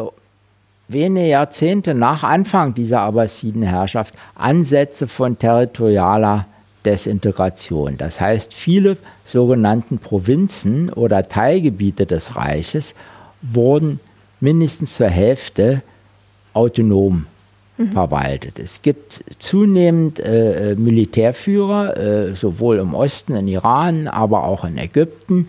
wenige Jahrzehnte nach Anfang dieser Abbasidenherrschaft Ansätze von territorialer Desintegration. Das heißt, viele sogenannten Provinzen oder Teilgebiete des Reiches wurden mindestens zur Hälfte autonom verwaltet. Es gibt zunehmend Militärführer, sowohl im Osten, in Iran, aber auch in Ägypten,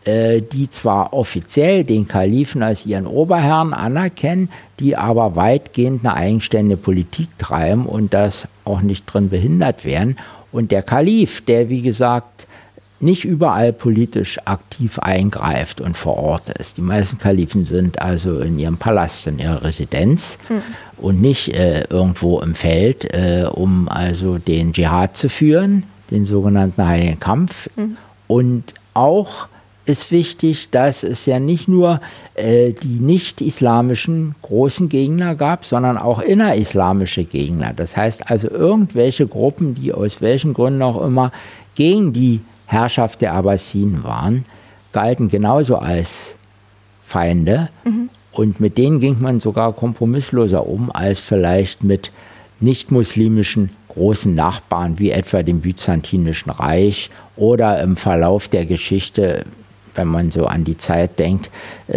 die zwar offiziell den Kalifen als ihren Oberherrn anerkennen, die aber weitgehend eine eigenständige Politik treiben und das auch nicht drin behindert werden. Und der Kalif, der wie gesagt nicht überall politisch aktiv eingreift und vor Ort ist. Die meisten Kalifen sind also in ihrem Palast, in ihrer Residenz und nicht irgendwo im Feld, um also den Dschihad zu führen, den sogenannten Heiligen Kampf. Und auch ist wichtig, dass es ja nicht nur die nicht-islamischen großen Gegner gab, sondern auch innerislamische Gegner. Das heißt also irgendwelche Gruppen, die aus welchen Gründen auch immer gegen die Herrschaft der Abbasiden waren, galten genauso als Feinde. Und mit denen ging man sogar kompromissloser um als vielleicht mit nicht-muslimischen großen Nachbarn, wie etwa dem Byzantinischen Reich oder im Verlauf der Geschichte, wenn man so an die Zeit denkt,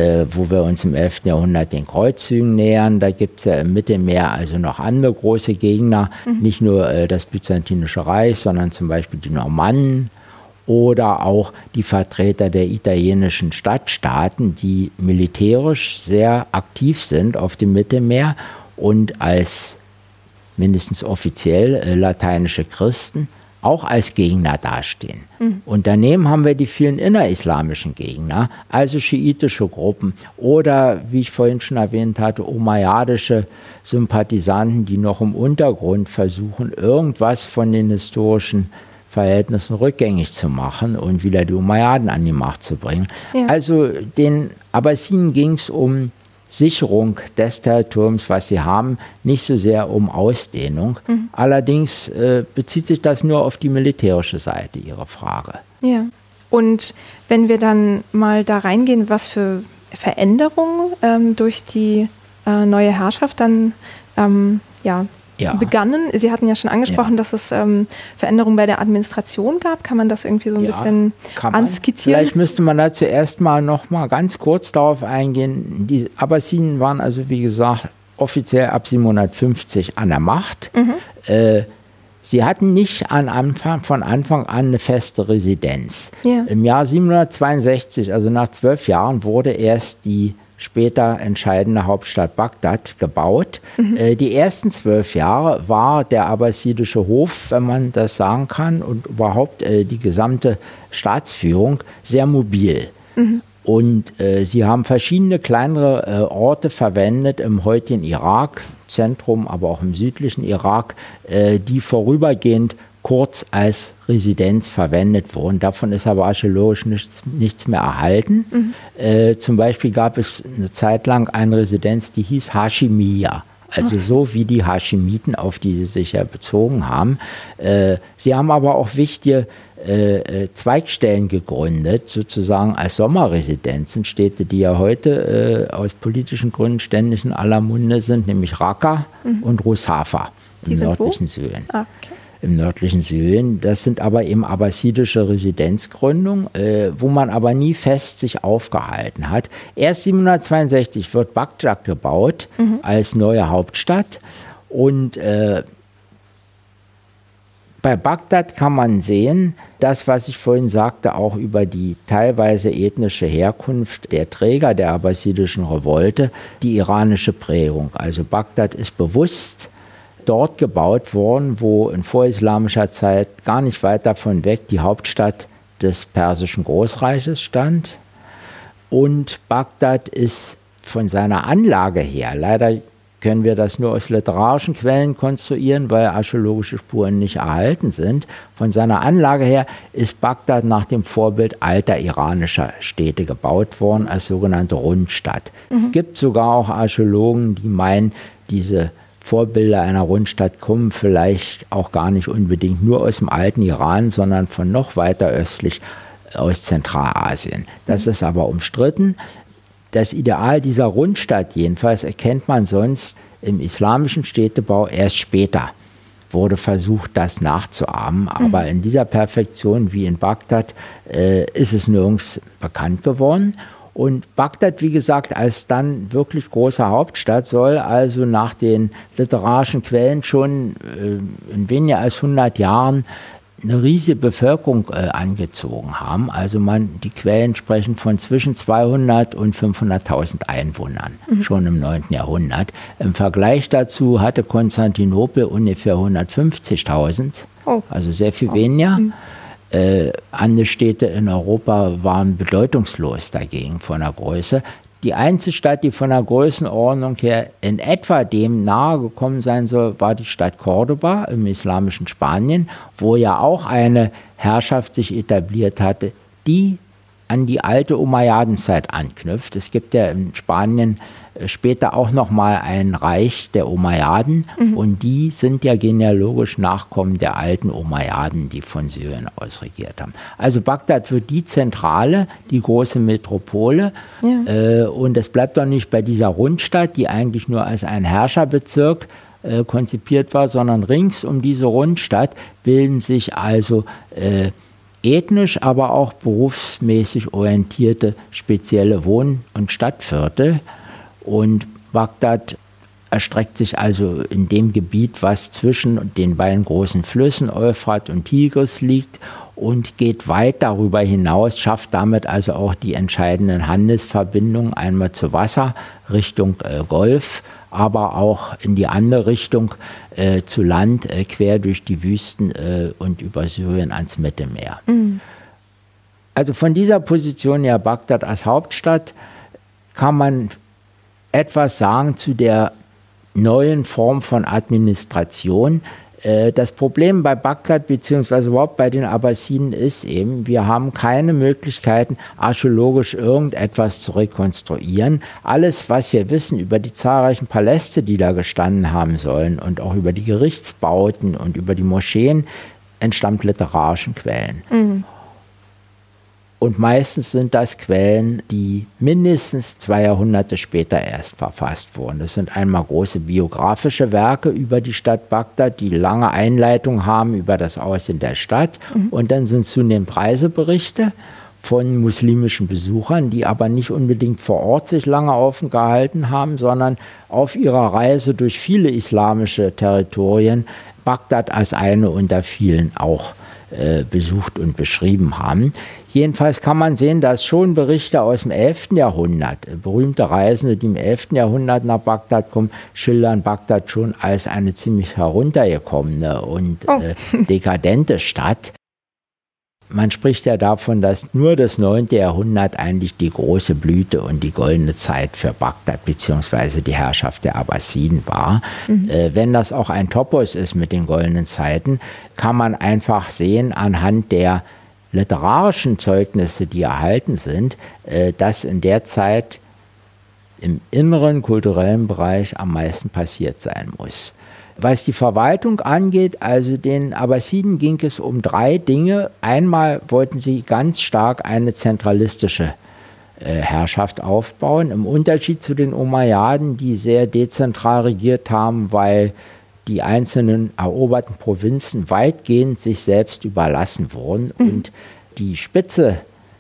wo wir uns im 11. Jahrhundert den Kreuzzügen nähern. Da gibt es ja im Mittelmeer also noch andere große Gegner, nicht nur das Byzantinische Reich, sondern zum Beispiel die Normannen oder auch die Vertreter der italienischen Stadtstaaten, die militärisch sehr aktiv sind auf dem Mittelmeer und als mindestens offiziell lateinische Christen auch als Gegner dastehen. Und daneben haben wir die vielen innerislamischen Gegner, also schiitische Gruppen oder, wie ich vorhin schon erwähnt hatte, umayyadische Sympathisanten, die noch im Untergrund versuchen, irgendwas von den historischen Verhältnissen rückgängig zu machen und wieder die Umayyaden an die Macht zu bringen. Ja. Also den Abbasiden ging es um Sicherung des Territoriums, was sie haben, nicht so sehr um Ausdehnung. Allerdings bezieht sich das nur auf die militärische Seite, Ihre Frage. Ja. Und wenn wir dann mal da reingehen, was für Veränderungen durch die neue Herrschaft dann begannen. Sie hatten ja schon angesprochen, dass es Veränderungen bei der Administration gab. Kann man das irgendwie so ein bisschen anskizzieren? Vielleicht müsste man da zuerst noch mal ganz kurz darauf eingehen. Die Abbasiden waren also, wie gesagt, offiziell ab 750 an der Macht. Sie hatten nicht von Anfang an eine feste Residenz. Ja. Im Jahr 762, also nach 12 Jahren, wurde erst die später entscheidende Hauptstadt Bagdad gebaut. Die ersten 12 Jahre war der abbasidische Hof, wenn man das sagen kann, und überhaupt die gesamte Staatsführung sehr mobil. Und sie haben verschiedene kleinere Orte verwendet im heutigen Irak, Zentrum, aber auch im südlichen Irak, die vorübergehend kurz als Residenz verwendet wurden. Davon ist aber archäologisch nichts mehr erhalten. Zum Beispiel gab es eine Zeit lang eine Residenz, die hieß Hashimiyya. Also so wie die Haschimiten, auf die sie sich ja bezogen haben. Sie haben aber auch wichtige Zweigstellen gegründet, sozusagen als Sommerresidenzen, Städte, die ja heute aus politischen Gründen ständig in aller Munde sind, nämlich Raqqa und Rushafa im nördlichen Syrien. im nördlichen Syrien. Das sind aber eben abbasidische Residenzgründungen, wo man aber nie fest sich aufgehalten hat. Erst 762 wird Bagdad gebaut als neue Hauptstadt und bei Bagdad kann man sehen, das, was ich vorhin sagte, auch über die teilweise ethnische Herkunft der Träger der abbasidischen Revolte, die iranische Prägung. Also Bagdad ist bewusst dort gebaut worden, wo in vorislamischer Zeit gar nicht weit davon weg die Hauptstadt des persischen Großreiches stand. Und Bagdad ist von seiner Anlage her, leider können wir das nur aus literarischen Quellen konstruieren, weil archäologische Spuren nicht erhalten sind. Von seiner Anlage her ist Bagdad nach dem Vorbild alter iranischer Städte gebaut worden, als sogenannte Rundstadt. Es gibt sogar auch Archäologen, die meinen, diese Vorbilder einer Rundstadt kommen vielleicht auch gar nicht unbedingt nur aus dem alten Iran, sondern von noch weiter östlich aus Zentralasien. Das ist aber umstritten. Das Ideal dieser Rundstadt jedenfalls erkennt man sonst im islamischen Städtebau erst später. Wurde versucht, das nachzuahmen, aber in dieser Perfektion wie in Bagdad ist es nirgends bekannt geworden. Und Bagdad, wie gesagt, als dann wirklich große Hauptstadt soll also nach den literarischen Quellen schon in weniger als 100 Jahren eine riesige Bevölkerung angezogen haben. Also die Quellen sprechen von zwischen 200 und 500.000 Einwohnern, schon im 9. Jahrhundert. Im Vergleich dazu hatte Konstantinopel ungefähr 150.000, also sehr viel weniger. Andere Städte in Europa waren bedeutungslos dagegen von der Größe. Die einzige Stadt, die von der Größenordnung her in etwa dem nahe gekommen sein soll, war die Stadt Cordoba im islamischen Spanien, wo ja auch eine Herrschaft sich etabliert hatte, die an die alte Umayyadenzeit anknüpft. Es gibt ja in Spanien später auch nochmal ein Reich der Umayyaden und die sind ja genealogisch Nachkommen der alten Umayyaden, die von Syrien aus regiert haben. Also Bagdad wird die Zentrale, die große Metropole und es bleibt doch nicht bei dieser Rundstadt, die eigentlich nur als ein Herrscherbezirk konzipiert war, sondern rings um diese Rundstadt bilden sich also ethnisch, aber auch berufsmäßig orientierte spezielle Wohn- und Stadtviertel. Und Bagdad erstreckt sich also in dem Gebiet, was zwischen den beiden großen Flüssen Euphrat und Tigris liegt und geht weit darüber hinaus, schafft damit also auch die entscheidenden Handelsverbindungen einmal zu Wasser Richtung Golf, aber auch in die andere Richtung zu Land, quer durch die Wüsten und über Syrien ans Mittelmeer. Also von dieser Position her Bagdad als Hauptstadt kann man etwas sagen zu der neuen Form von Administration. Das Problem bei Bagdad beziehungsweise überhaupt bei den Abbasiden ist eben, wir haben keine Möglichkeiten, archäologisch irgendetwas zu rekonstruieren. Alles, was wir wissen über die zahlreichen Paläste, die da gestanden haben sollen und auch über die Gerichtsbauten und über die Moscheen, entstammt literarischen Quellen. Und meistens sind das Quellen, die mindestens 2 Jahrhunderte später erst verfasst wurden. Das sind einmal große biografische Werke über die Stadt Bagdad, die lange Einleitungen haben über das Aussehen der Stadt. Und dann sind zunehmend Reiseberichte von muslimischen Besuchern, die aber nicht unbedingt vor Ort sich lange aufgehalten haben, sondern auf ihrer Reise durch viele islamische Territorien Bagdad als eine unter vielen auch besucht und beschrieben haben. Jedenfalls kann man sehen, dass schon Berichte aus dem 11. Jahrhundert, berühmte Reisende, die im 11. Jahrhundert nach Bagdad kommen, schildern Bagdad schon als eine ziemlich heruntergekommene und dekadente Stadt. Man spricht ja davon, dass nur das 9. Jahrhundert eigentlich die große Blüte und die goldene Zeit für Bagdad bzw. die Herrschaft der Abbasiden war. Wenn das auch ein Topos ist mit den goldenen Zeiten, kann man einfach sehen anhand der literarischen Zeugnisse, die erhalten sind, dass in der Zeit im inneren kulturellen Bereich am meisten passiert sein muss. Was die Verwaltung angeht, also den Abbasiden ging es um 3 Dinge. Einmal wollten sie ganz stark eine zentralistische Herrschaft aufbauen, im Unterschied zu den Umayyaden, die sehr dezentral regiert haben, weil die einzelnen eroberten Provinzen weitgehend sich selbst überlassen wurden und die Spitze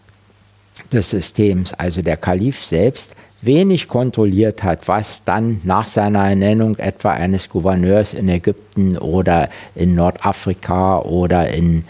des Systems, also der Kalif selbst, wenig kontrolliert hat, was dann nach seiner Ernennung etwa eines Gouverneurs in Ägypten oder in Nordafrika oder in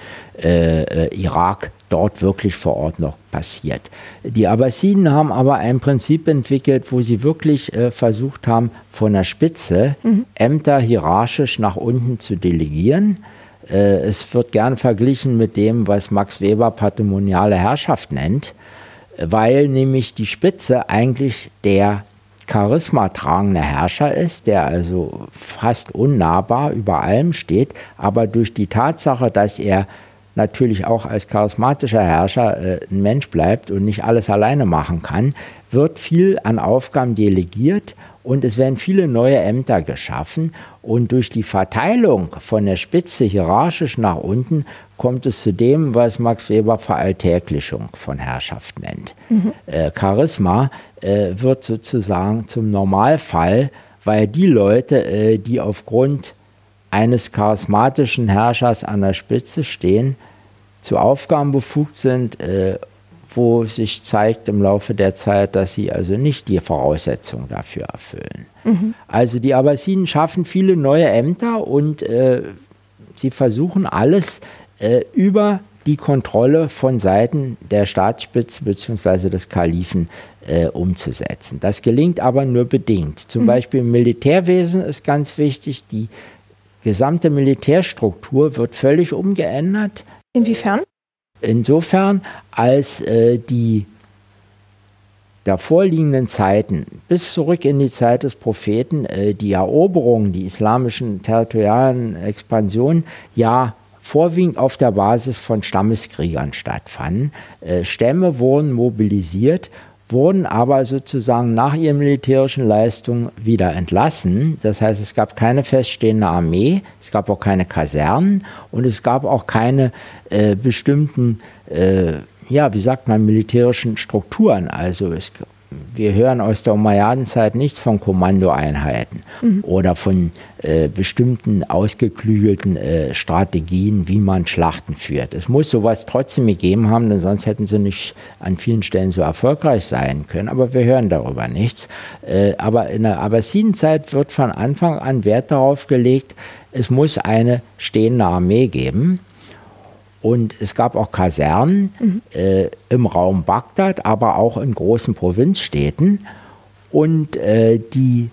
Irak dort wirklich vor Ort noch passiert. Die Abbasiden haben aber ein Prinzip entwickelt, wo sie wirklich versucht haben, von der Spitze Ämter hierarchisch nach unten zu delegieren. Es wird gern verglichen mit dem, was Max Weber patrimoniale Herrschaft nennt, weil nämlich die Spitze eigentlich der charismatragende Herrscher ist, der also fast unnahbar über allem steht, aber durch die Tatsache, dass er natürlich auch als charismatischer Herrscher ein Mensch bleibt und nicht alles alleine machen kann, wird viel an Aufgaben delegiert und es werden viele neue Ämter geschaffen und durch die Verteilung von der Spitze hierarchisch nach unten kommt es zu dem, was Max Weber Veralltäglichung von Herrschaft nennt. Charisma wird sozusagen zum Normalfall, weil die Leute, die aufgrund eines charismatischen Herrschers an der Spitze stehen, zu Aufgaben befugt sind, wo sich zeigt im Laufe der Zeit, dass sie also nicht die Voraussetzungen dafür erfüllen. Also die Abbasiden schaffen viele neue Ämter und sie versuchen alles über die Kontrolle von Seiten der Staatsspitze bzw. des Kalifen umzusetzen. Das gelingt aber nur bedingt. Zum Beispiel im Militärwesen ist ganz wichtig, die gesamte Militärstruktur wird völlig umgeändert. Inwiefern? Insofern, als die davor liegenden Zeiten bis zurück in die Zeit des Propheten, die Eroberungen, die islamischen territorialen Expansionen, ja vorwiegend auf der Basis von Stammeskriegern stattfanden. Stämme wurden mobilisiert, wurden aber sozusagen nach ihren militärischen Leistungen wieder entlassen. Das heißt, es gab keine feststehende Armee, es gab auch keine Kasernen und es gab auch keine bestimmten, militärischen Strukturen. Also wir hören aus der Umayyadenzeit nichts von Kommandoeinheiten oder von bestimmten ausgeklügelten Strategien, wie man Schlachten führt. Es muss sowas trotzdem gegeben haben, denn sonst hätten sie nicht an vielen Stellen so erfolgreich sein können. Aber wir hören darüber nichts. Aber in der Abbasidenzeit wird von Anfang an Wert darauf gelegt, es muss eine stehende Armee geben. Und es gab auch Kasernen im Raum Bagdad, aber auch in großen Provinzstädten. Und die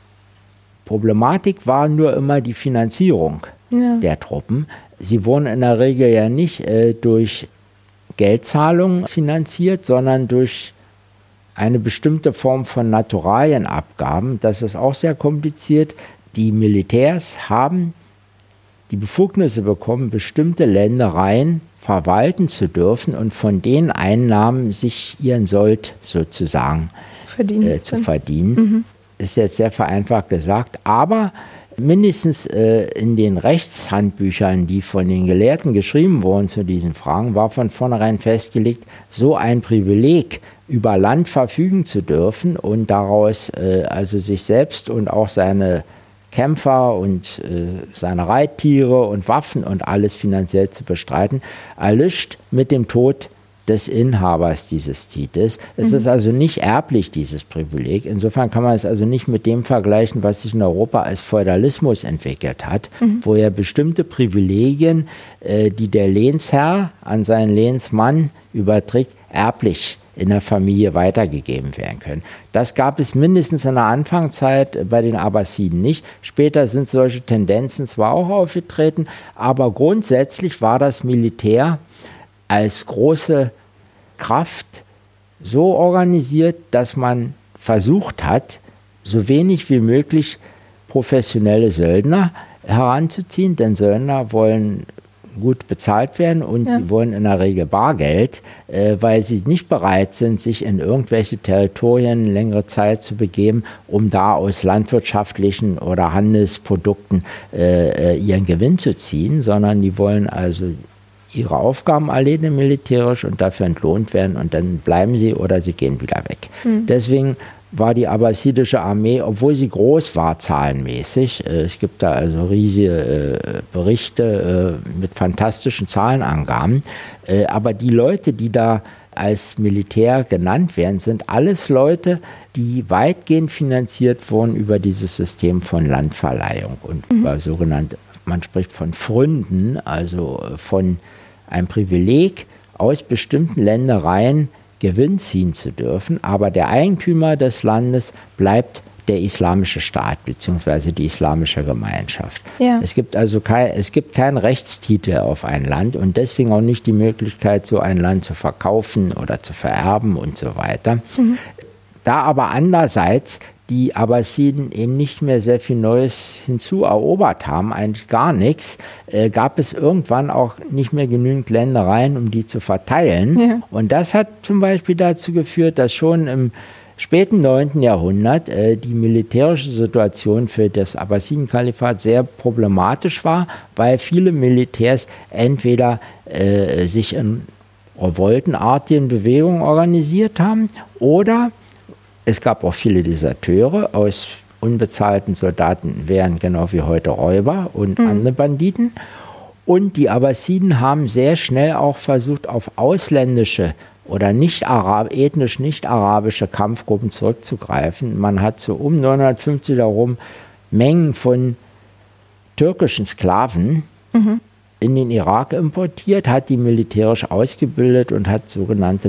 Problematik war nur immer die Finanzierung der Truppen. Sie wurden in der Regel ja nicht durch Geldzahlungen finanziert, sondern durch eine bestimmte Form von Naturalienabgaben. Das ist auch sehr kompliziert. Die Militärs haben die Befugnisse bekommen, bestimmte Ländereien verwalten zu dürfen und von den Einnahmen sich ihren Sold sozusagen zu verdienen. Ist jetzt sehr vereinfacht gesagt, aber mindestens in den Rechtshandbüchern, die von den Gelehrten geschrieben wurden zu diesen Fragen, war von vornherein festgelegt, so ein Privileg über Land verfügen zu dürfen und daraus also sich selbst und auch seine Kämpfer und seine Reittiere und Waffen und alles finanziell zu bestreiten, erlischt mit dem Tod des Inhabers dieses Titels. Es ist also nicht erblich, dieses Privileg. Insofern kann man es also nicht mit dem vergleichen, was sich in Europa als Feudalismus entwickelt hat, wo ja bestimmte Privilegien, die der Lehnsherr an seinen Lehnsmann überträgt, erblich in der Familie weitergegeben werden können. Das gab es mindestens in der Anfangszeit bei den Abbasiden nicht. Später sind solche Tendenzen zwar auch aufgetreten, aber grundsätzlich war das Militär als große Kraft so organisiert, dass man versucht hat, so wenig wie möglich professionelle Söldner heranzuziehen, denn Söldner wollen gut bezahlt werden und sie wollen in der Regel Bargeld, weil sie nicht bereit sind, sich in irgendwelche Territorien längere Zeit zu begeben, um da aus landwirtschaftlichen oder Handelsprodukten ihren Gewinn zu ziehen, sondern die wollen also ihre Aufgaben erledigen militärisch und dafür entlohnt werden und dann bleiben sie oder sie gehen wieder weg. Deswegen war die abbasidische Armee, obwohl sie groß war zahlenmäßig, es gibt da also riesige Berichte mit fantastischen Zahlenangaben, aber die Leute, die da als Militär genannt werden, sind alles Leute, die weitgehend finanziert wurden über dieses System von Landverleihung und über sogenannte, man spricht von Pfründen, also von einem Privileg, aus bestimmten Ländereien Gewinn ziehen zu dürfen, aber der Eigentümer des Landes bleibt der islamische Staat bzw. die islamische Gemeinschaft. Ja. Es gibt also keinen Rechtstitel auf ein Land und deswegen auch nicht die Möglichkeit, so ein Land zu verkaufen oder zu vererben und so weiter. Da aber andererseits die Abbasiden eben nicht mehr sehr viel Neues hinzuerobert haben, eigentlich gar nichts, gab es irgendwann auch nicht mehr genügend Ländereien, um die zu verteilen. Ja. Und das hat zum Beispiel dazu geführt, dass schon im späten 9. Jahrhundert die militärische Situation für das Abbasiden-Kalifat sehr problematisch war, weil viele Militärs entweder sich in revoltenartigen Bewegungen organisiert haben oder es gab auch viele Deserteure aus unbezahlten Soldaten, wären genau wie heute Räuber und andere Banditen. Und die Abbasiden haben sehr schnell auch versucht, auf ausländische oder ethnisch nicht-arabische Kampfgruppen zurückzugreifen. Man hat so um 950 herum Mengen von türkischen Sklaven in den Irak importiert, hat die militärisch ausgebildet und hat sogenannte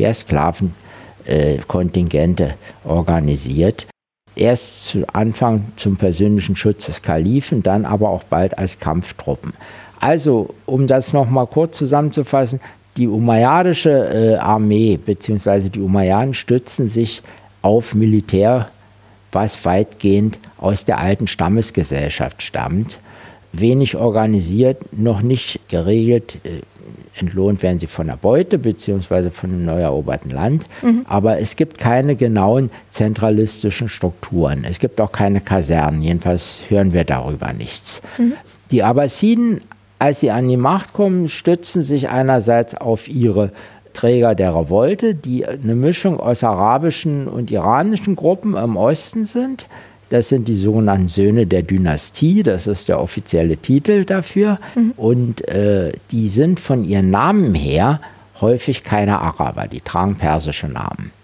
Militärsklavenkontingente organisiert. Erst zu Anfang zum persönlichen Schutz des Kalifen, dann aber auch bald als Kampftruppen. Also, um das nochmal kurz zusammenzufassen, die umayyadische Armee bzw. die Umayyaden stützen sich auf Militär, was weitgehend aus der alten Stammesgesellschaft stammt. Wenig organisiert, noch nicht geregelt. Entlohnt werden sie von der Beute bzw. von dem neu eroberten Land. Aber es gibt keine genauen zentralistischen Strukturen. Es gibt auch keine Kasernen. Jedenfalls hören wir darüber nichts. Die Abbasiden, als sie an die Macht kommen, stützen sich einerseits auf ihre Träger der Revolte, die eine Mischung aus arabischen und iranischen Gruppen im Osten sind. Das sind die sogenannten Söhne der Dynastie, das ist der offizielle Titel dafür. Und die sind von ihren Namen her häufig keine Araber, die tragen persische Namen.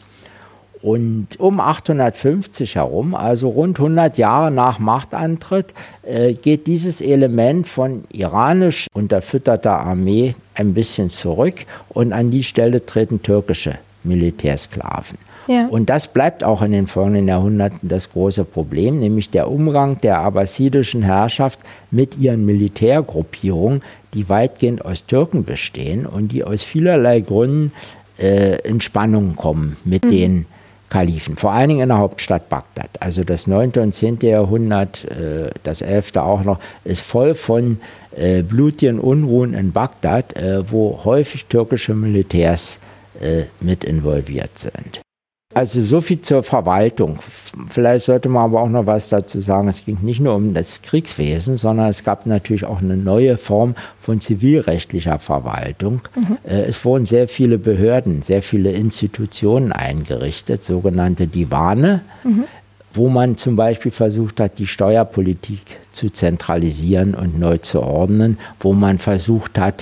Und um 850 herum, also rund 100 Jahre nach Machtantritt, geht dieses Element von iranisch unterfütterter Armee ein bisschen zurück und an die Stelle treten türkische Militärsklaven. Ja. Und das bleibt auch in den folgenden Jahrhunderten das große Problem, nämlich der Umgang der abbasidischen Herrschaft mit ihren Militärgruppierungen, die weitgehend aus Türken bestehen und die aus vielerlei Gründen in Spannung kommen mit den Kalifen, vor allen Dingen in der Hauptstadt Bagdad. Also das 9. und 10. Jahrhundert, das 11. auch noch, ist voll von blutigen Unruhen in Bagdad, wo häufig türkische Militärs mit involviert sind. Also so viel zur Verwaltung. Vielleicht sollte man aber auch noch was dazu sagen. Es ging nicht nur um das Kriegswesen, sondern es gab natürlich auch eine neue Form von zivilrechtlicher Verwaltung. Es wurden sehr viele Behörden, sehr viele Institutionen eingerichtet, sogenannte Diwane, wo man zum Beispiel versucht hat, die Steuerpolitik zu zentralisieren und neu zu ordnen, wo man versucht hat,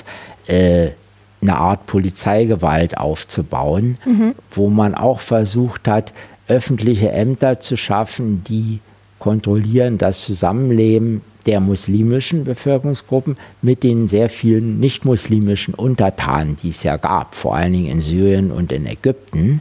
eine Art Polizeigewalt aufzubauen, wo man auch versucht hat, öffentliche Ämter zu schaffen, die kontrollieren das Zusammenleben der muslimischen Bevölkerungsgruppen mit den sehr vielen nicht-muslimischen Untertanen, die es ja gab, vor allen Dingen in Syrien und in Ägypten.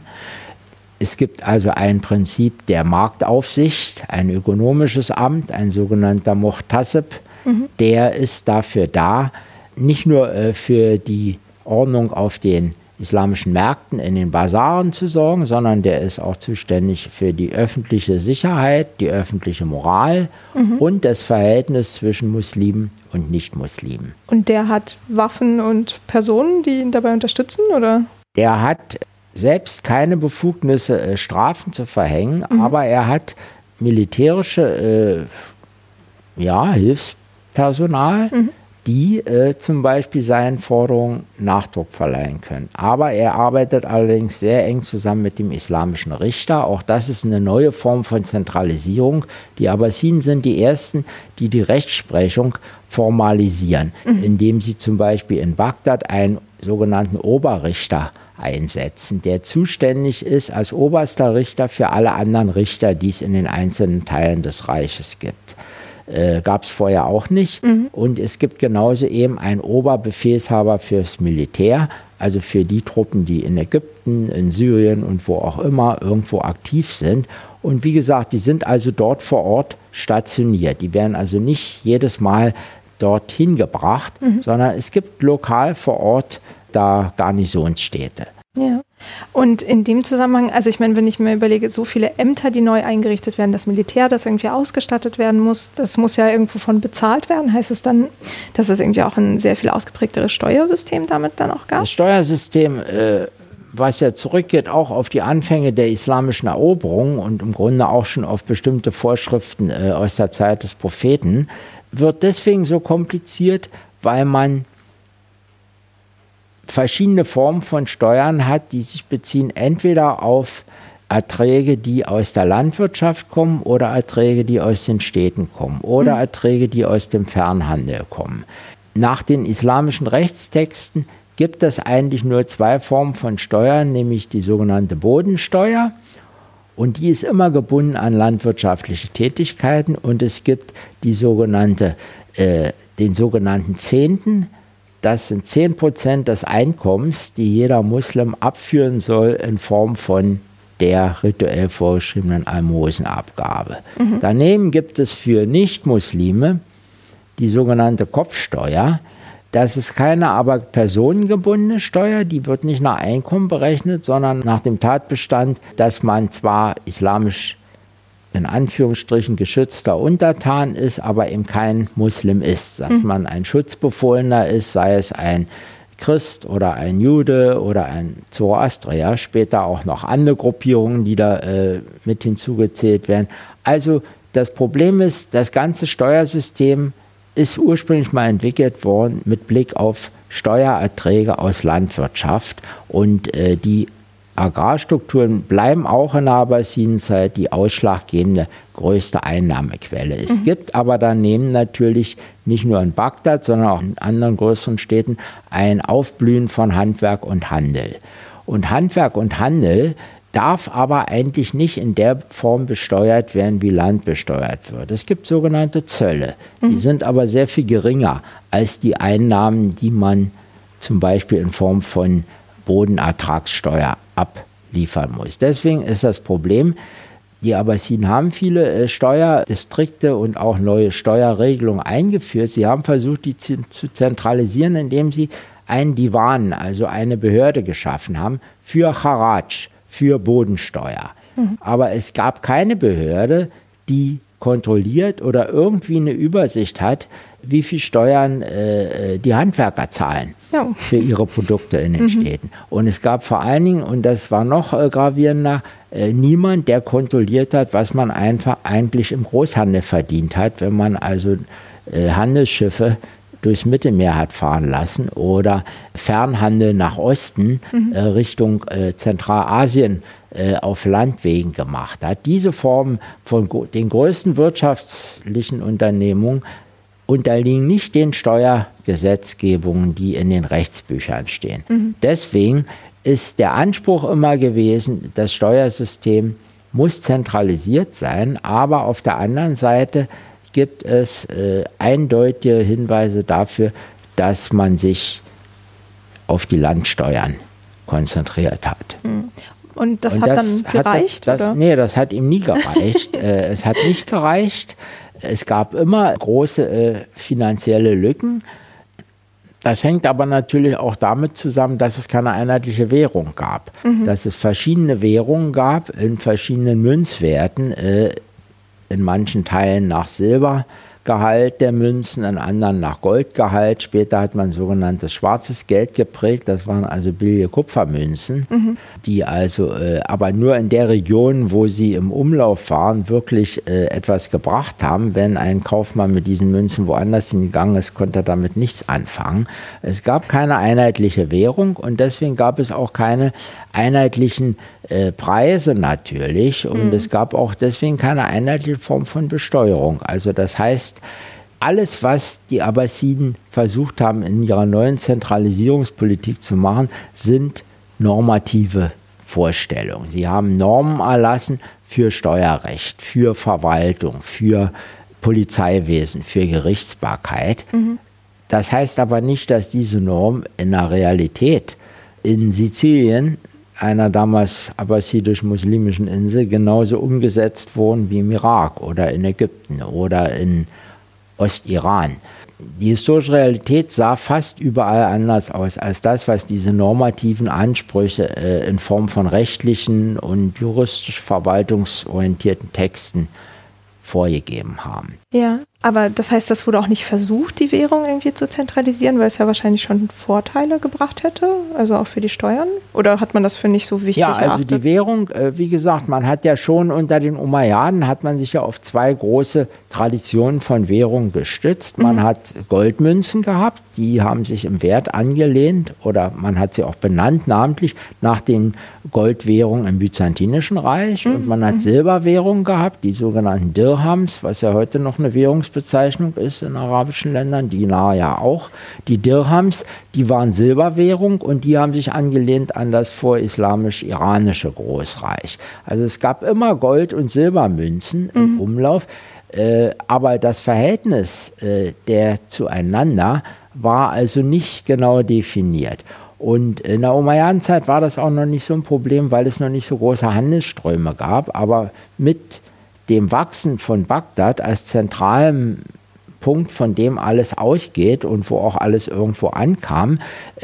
Es gibt also ein Prinzip der Marktaufsicht, ein ökonomisches Amt, ein sogenannter Muhtasib, der ist dafür da, nicht nur für die Ordnung auf den islamischen Märkten in den Basaren zu sorgen, sondern der ist auch zuständig für die öffentliche Sicherheit, die öffentliche Moral und das Verhältnis zwischen Muslimen und Nicht-Muslimen. Und der hat Waffen und Personen, die ihn dabei unterstützen, oder? Der hat selbst keine Befugnisse, Strafen zu verhängen, aber er hat militärische Hilfspersonal, die zum Beispiel seinen Forderungen Nachdruck verleihen können. Aber er arbeitet allerdings sehr eng zusammen mit dem islamischen Richter. Auch das ist eine neue Form von Zentralisierung. Die Abbasiden sind die ersten, die die Rechtsprechung formalisieren, indem sie zum Beispiel in Bagdad einen sogenannten Oberrichter einsetzen, der zuständig ist als oberster Richter für alle anderen Richter, die es in den einzelnen Teilen des Reiches gibt. Gab es vorher auch nicht. Und es gibt genauso eben einen Oberbefehlshaber fürs Militär, also für die Truppen, die in Ägypten, in Syrien und wo auch immer irgendwo aktiv sind. Und wie gesagt, die sind also dort vor Ort stationiert. Die werden also nicht jedes Mal dorthin gebracht, sondern es gibt lokal vor Ort da Garnisonsstädte. Ja. Und in dem Zusammenhang, also ich meine, wenn ich mir überlege, so viele Ämter, die neu eingerichtet werden, das Militär, das irgendwie ausgestattet werden muss, das muss ja irgendwo von bezahlt werden. Heißt es dann, dass es irgendwie auch ein sehr viel ausgeprägteres Steuersystem damit dann auch gab? Das Steuersystem, was ja zurückgeht auch auf die Anfänge der islamischen Eroberung und im Grunde auch schon auf bestimmte Vorschriften aus der Zeit des Propheten, wird deswegen so kompliziert, weil man verschiedene Formen von Steuern hat, die sich beziehen entweder auf Erträge, die aus der Landwirtschaft kommen oder Erträge, die aus den Städten kommen oder Erträge, die aus dem Fernhandel kommen. Nach den islamischen Rechtstexten gibt es eigentlich nur zwei Formen von Steuern, nämlich die sogenannte Bodensteuer, und die ist immer gebunden an landwirtschaftliche Tätigkeiten, und es gibt die den sogenannten Zehnten. Das sind 10% des Einkommens, die jeder Muslim abführen soll in Form von der rituell vorgeschriebenen Almosenabgabe. Daneben gibt es für Nichtmuslime die sogenannte Kopfsteuer. Das ist keine aber personengebundene Steuer, die wird nicht nach Einkommen berechnet, sondern nach dem Tatbestand, dass man zwar islamisch in Anführungsstrichen geschützter Untertan ist, aber eben kein Muslim ist. Dass man ein Schutzbefohlener ist, sei es ein Christ oder ein Jude oder ein Zoroastrier, später auch noch andere Gruppierungen, die da mit hinzugezählt werden. Also das Problem ist, das ganze Steuersystem ist ursprünglich mal entwickelt worden mit Blick auf Steuererträge aus Landwirtschaft, und die Agrarstrukturen bleiben auch in der Abbasidenzeit die ausschlaggebende größte Einnahmequelle. Es gibt aber daneben natürlich nicht nur in Bagdad, sondern auch in anderen größeren Städten ein Aufblühen von Handwerk und Handel. Und Handwerk und Handel darf aber eigentlich nicht in der Form besteuert werden, wie Land besteuert wird. Es gibt sogenannte Zölle, die sind aber sehr viel geringer als die Einnahmen, die man zum Beispiel in Form von Bodenertragssteuer abliefern muss. Deswegen ist das Problem, die Abbasiden haben viele Steuerdistrikte und auch neue Steuerregelungen eingeführt. Sie haben versucht, die zu zentralisieren, indem sie einen Diwan, also eine Behörde geschaffen haben für Charaj, für Bodensteuer. Aber es gab keine Behörde, die kontrolliert oder irgendwie eine Übersicht hat, wie viel Steuern die Handwerker zahlen für ihre Produkte in den Städten. Und es gab vor allen Dingen, und das war noch gravierender, niemand, der kontrolliert hat, was man einfach eigentlich im Großhandel verdient hat, wenn man also Handelsschiffe durchs Mittelmeer hat fahren lassen oder Fernhandel nach Osten Richtung Zentralasien auf Landwegen gemacht hat. Diese Formen von den größten wirtschaftlichen Unternehmungen unterliegen nicht den Steuergesetzgebungen, die in den Rechtsbüchern stehen. Deswegen ist der Anspruch immer gewesen, das Steuersystem muss zentralisiert sein, aber auf der anderen Seite gibt es eindeutige Hinweise dafür, dass man sich auf die Landsteuern konzentriert hat. Und das hat dann gereicht? Nee, das hat ihm nie gereicht. Es hat nicht gereicht. Es gab immer große finanzielle Lücken. Das hängt aber natürlich auch damit zusammen, dass es keine einheitliche Währung gab. Dass es verschiedene Währungen gab in verschiedenen Münzwerten, in manchen Teilen nach Silber Gehalt der Münzen, in anderen nach Goldgehalt. Später hat man sogenanntes schwarzes Geld geprägt. Das waren also billige Kupfermünzen, die also aber nur in der Region, wo sie im Umlauf waren, wirklich etwas gebracht haben. Wenn ein Kaufmann mit diesen Münzen woanders hingegangen ist, konnte er damit nichts anfangen. Es gab keine einheitliche Währung und deswegen gab es auch keine einheitlichen Preise natürlich und es gab auch deswegen keine einheitliche Form von Besteuerung. Also das heißt, alles, was die Abbasiden versucht haben, in ihrer neuen Zentralisierungspolitik zu machen, sind normative Vorstellungen. Sie haben Normen erlassen für Steuerrecht, für Verwaltung, für Polizeiwesen, für Gerichtsbarkeit. Das heißt aber nicht, dass diese Normen in der Realität in Sizilien, einer damals abbasidisch-muslimischen Insel, genauso umgesetzt wurden wie im Irak oder in Ägypten oder in Ostiran. Die historische Realität sah fast überall anders aus als das, was diese normativen Ansprüche in Form von rechtlichen und juristisch-verwaltungsorientierten Texten vorgegeben haben. Ja, aber das heißt, das wurde auch nicht versucht, die Währung irgendwie zu zentralisieren, weil es ja wahrscheinlich schon Vorteile gebracht hätte, also auch für die Steuern? Oder hat man das für nicht so wichtig erachtet? Ja, also die Währung, wie gesagt, man hat ja schon unter den Umayyaden, hat man sich ja auf zwei große Traditionen von Währung gestützt. Man hat Goldmünzen gehabt, die haben sich im Wert angelehnt oder man hat sie auch benannt, namentlich nach den Goldwährungen im Byzantinischen Reich. Und man hat Silberwährungen gehabt, die sogenannten Dirhams, was ja heute noch eine Währungsbezeichnung ist in arabischen Ländern, Dinar ja auch. Die Dirhams, die waren Silberwährung und die haben sich angelehnt an das vorislamisch-iranische Großreich. Also es gab immer Gold- und Silbermünzen im Umlauf, aber das Verhältnis der zueinander war also nicht genau definiert. Und in der Umayyadenzeit war das auch noch nicht so ein Problem, weil es noch nicht so große Handelsströme gab, aber mit dem Wachsen von Bagdad als zentralem Punkt, von dem alles ausgeht und wo auch alles irgendwo ankam,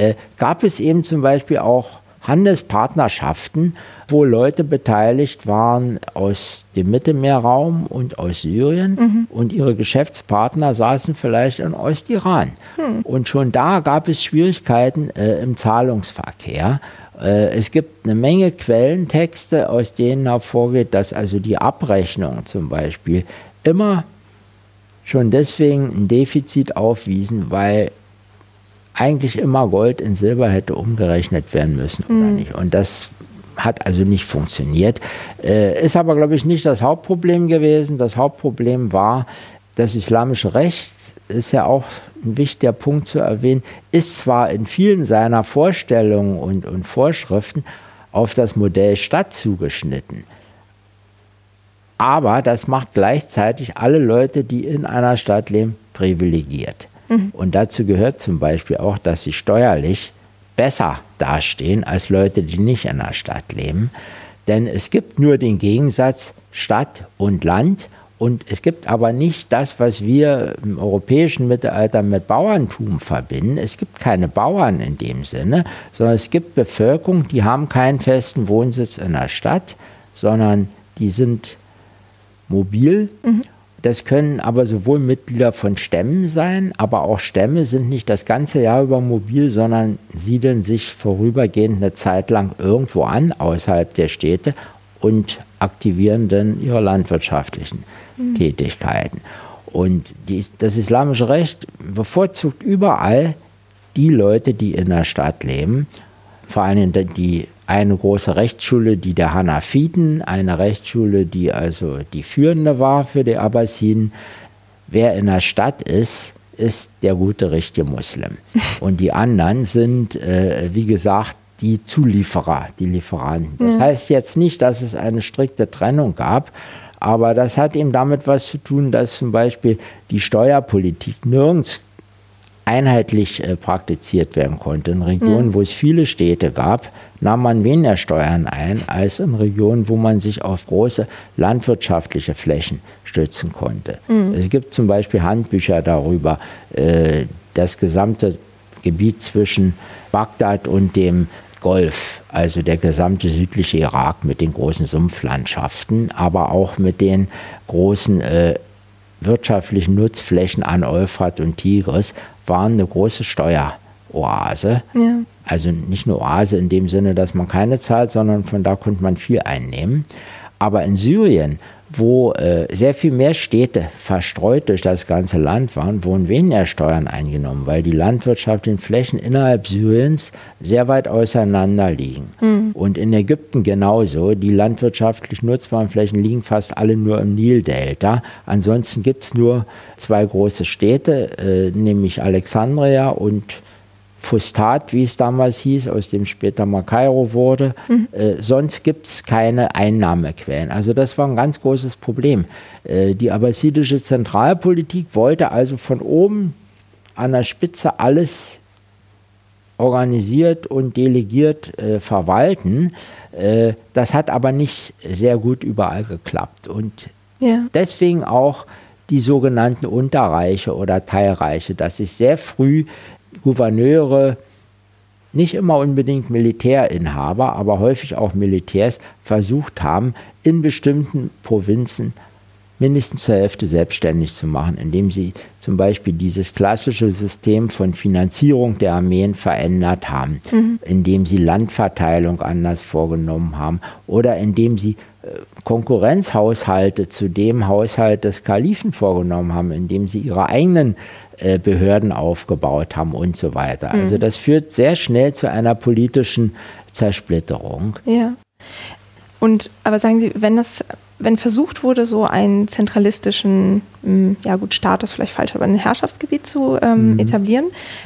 gab es eben zum Beispiel auch Handelspartnerschaften, wo Leute beteiligt waren aus dem Mittelmeerraum und aus Syrien und ihre Geschäftspartner saßen vielleicht in Ostiran. Und schon da gab es Schwierigkeiten im Zahlungsverkehr. Es gibt eine Menge Quellentexte, aus denen hervorgeht, dass also die Abrechnungen zum Beispiel immer schon deswegen ein Defizit aufwiesen, weil eigentlich immer Gold in Silber hätte umgerechnet werden müssen oder nicht. Und das hat also nicht funktioniert. Ist aber, glaube ich, nicht das Hauptproblem gewesen. Das Hauptproblem war, das islamische Recht, ist ja auch ein wichtiger Punkt zu erwähnen, ist zwar in vielen seiner Vorstellungen und Vorschriften auf das Modell Stadt zugeschnitten, aber das macht gleichzeitig alle Leute, die in einer Stadt leben, privilegiert. Und dazu gehört zum Beispiel auch, dass sie steuerlich besser dastehen als Leute, die nicht in einer Stadt leben. Denn es gibt nur den Gegensatz Stadt und Land. Und es gibt aber nicht das, was wir im europäischen Mittelalter mit Bauerntum verbinden. Es gibt keine Bauern in dem Sinne, sondern es gibt Bevölkerung, die haben keinen festen Wohnsitz in der Stadt, sondern die sind mobil. Das können aber sowohl Mitglieder von Stämmen sein, aber auch Stämme sind nicht das ganze Jahr über mobil, sondern siedeln sich vorübergehend eine Zeit lang irgendwo an, außerhalb der Städte, und aktivieren dann ihre landwirtschaftlichen Tätigkeiten. Und das islamische Recht bevorzugt überall die Leute, die in der Stadt leben, vor allem eine große Rechtsschule, die der Hanafiten, eine Rechtsschule, die also die führende war für die Abbasiden. Wer in der Stadt ist der gute, richtige Muslim. Und die anderen sind, wie gesagt, die Zulieferer, die Lieferanten. Das heißt jetzt nicht, dass es eine strikte Trennung gab, aber das hat eben damit was zu tun, dass zum Beispiel die Steuerpolitik nirgends einheitlich praktiziert werden konnte. In Regionen, wo es viele Städte gab, nahm man weniger Steuern ein, als in Regionen, wo man sich auf große landwirtschaftliche Flächen stützen konnte. Es gibt zum Beispiel Handbücher darüber, das gesamte Gebiet zwischen Bagdad und dem Golf, also der gesamte südliche Irak mit den großen Sumpflandschaften, aber auch mit den großen wirtschaftlichen Nutzflächen an Euphrat und Tigris waren eine große Steueroase. Ja. Also nicht eine Oase in dem Sinne, dass man keine zahlt, sondern von da konnte man viel einnehmen. Aber in Syrien, wo sehr viel mehr Städte verstreut durch das ganze Land waren, wurden weniger Steuern eingenommen, weil die landwirtschaftlichen Flächen innerhalb Syriens sehr weit auseinander liegen. Und in Ägypten genauso. Die landwirtschaftlich nutzbaren Flächen liegen fast alle nur im Nildelta. Ansonsten gibt es nur 2 große Städte, nämlich Alexandria und Fustat, wie es damals hieß, aus dem später mal Kairo wurde. Sonst gibt es keine Einnahmequellen. Also das war ein ganz großes Problem. Die abbasidische Zentralpolitik wollte also von oben an der Spitze alles organisiert und delegiert verwalten. Das hat aber nicht sehr gut überall geklappt. Und deswegen auch die sogenannten Unterreiche oder Teilreiche, dass sich sehr früh Gouverneure, nicht immer unbedingt Militärinhaber, aber häufig auch Militärs, versucht haben, in bestimmten Provinzen mindestens zur Hälfte selbstständig zu machen, indem sie zum Beispiel dieses klassische System von Finanzierung der Armeen verändert haben, indem sie Landverteilung anders vorgenommen haben oder indem sie Konkurrenzhaushalte zu dem Haushalt des Kalifen vorgenommen haben, indem sie ihre eigenen Behörden aufgebaut haben und so weiter. Also das führt sehr schnell zu einer politischen Zersplitterung. Ja. Aber sagen Sie, wenn versucht wurde, so einen zentralistischen, Status vielleicht falsch, aber ein Herrschaftsgebiet zu etablieren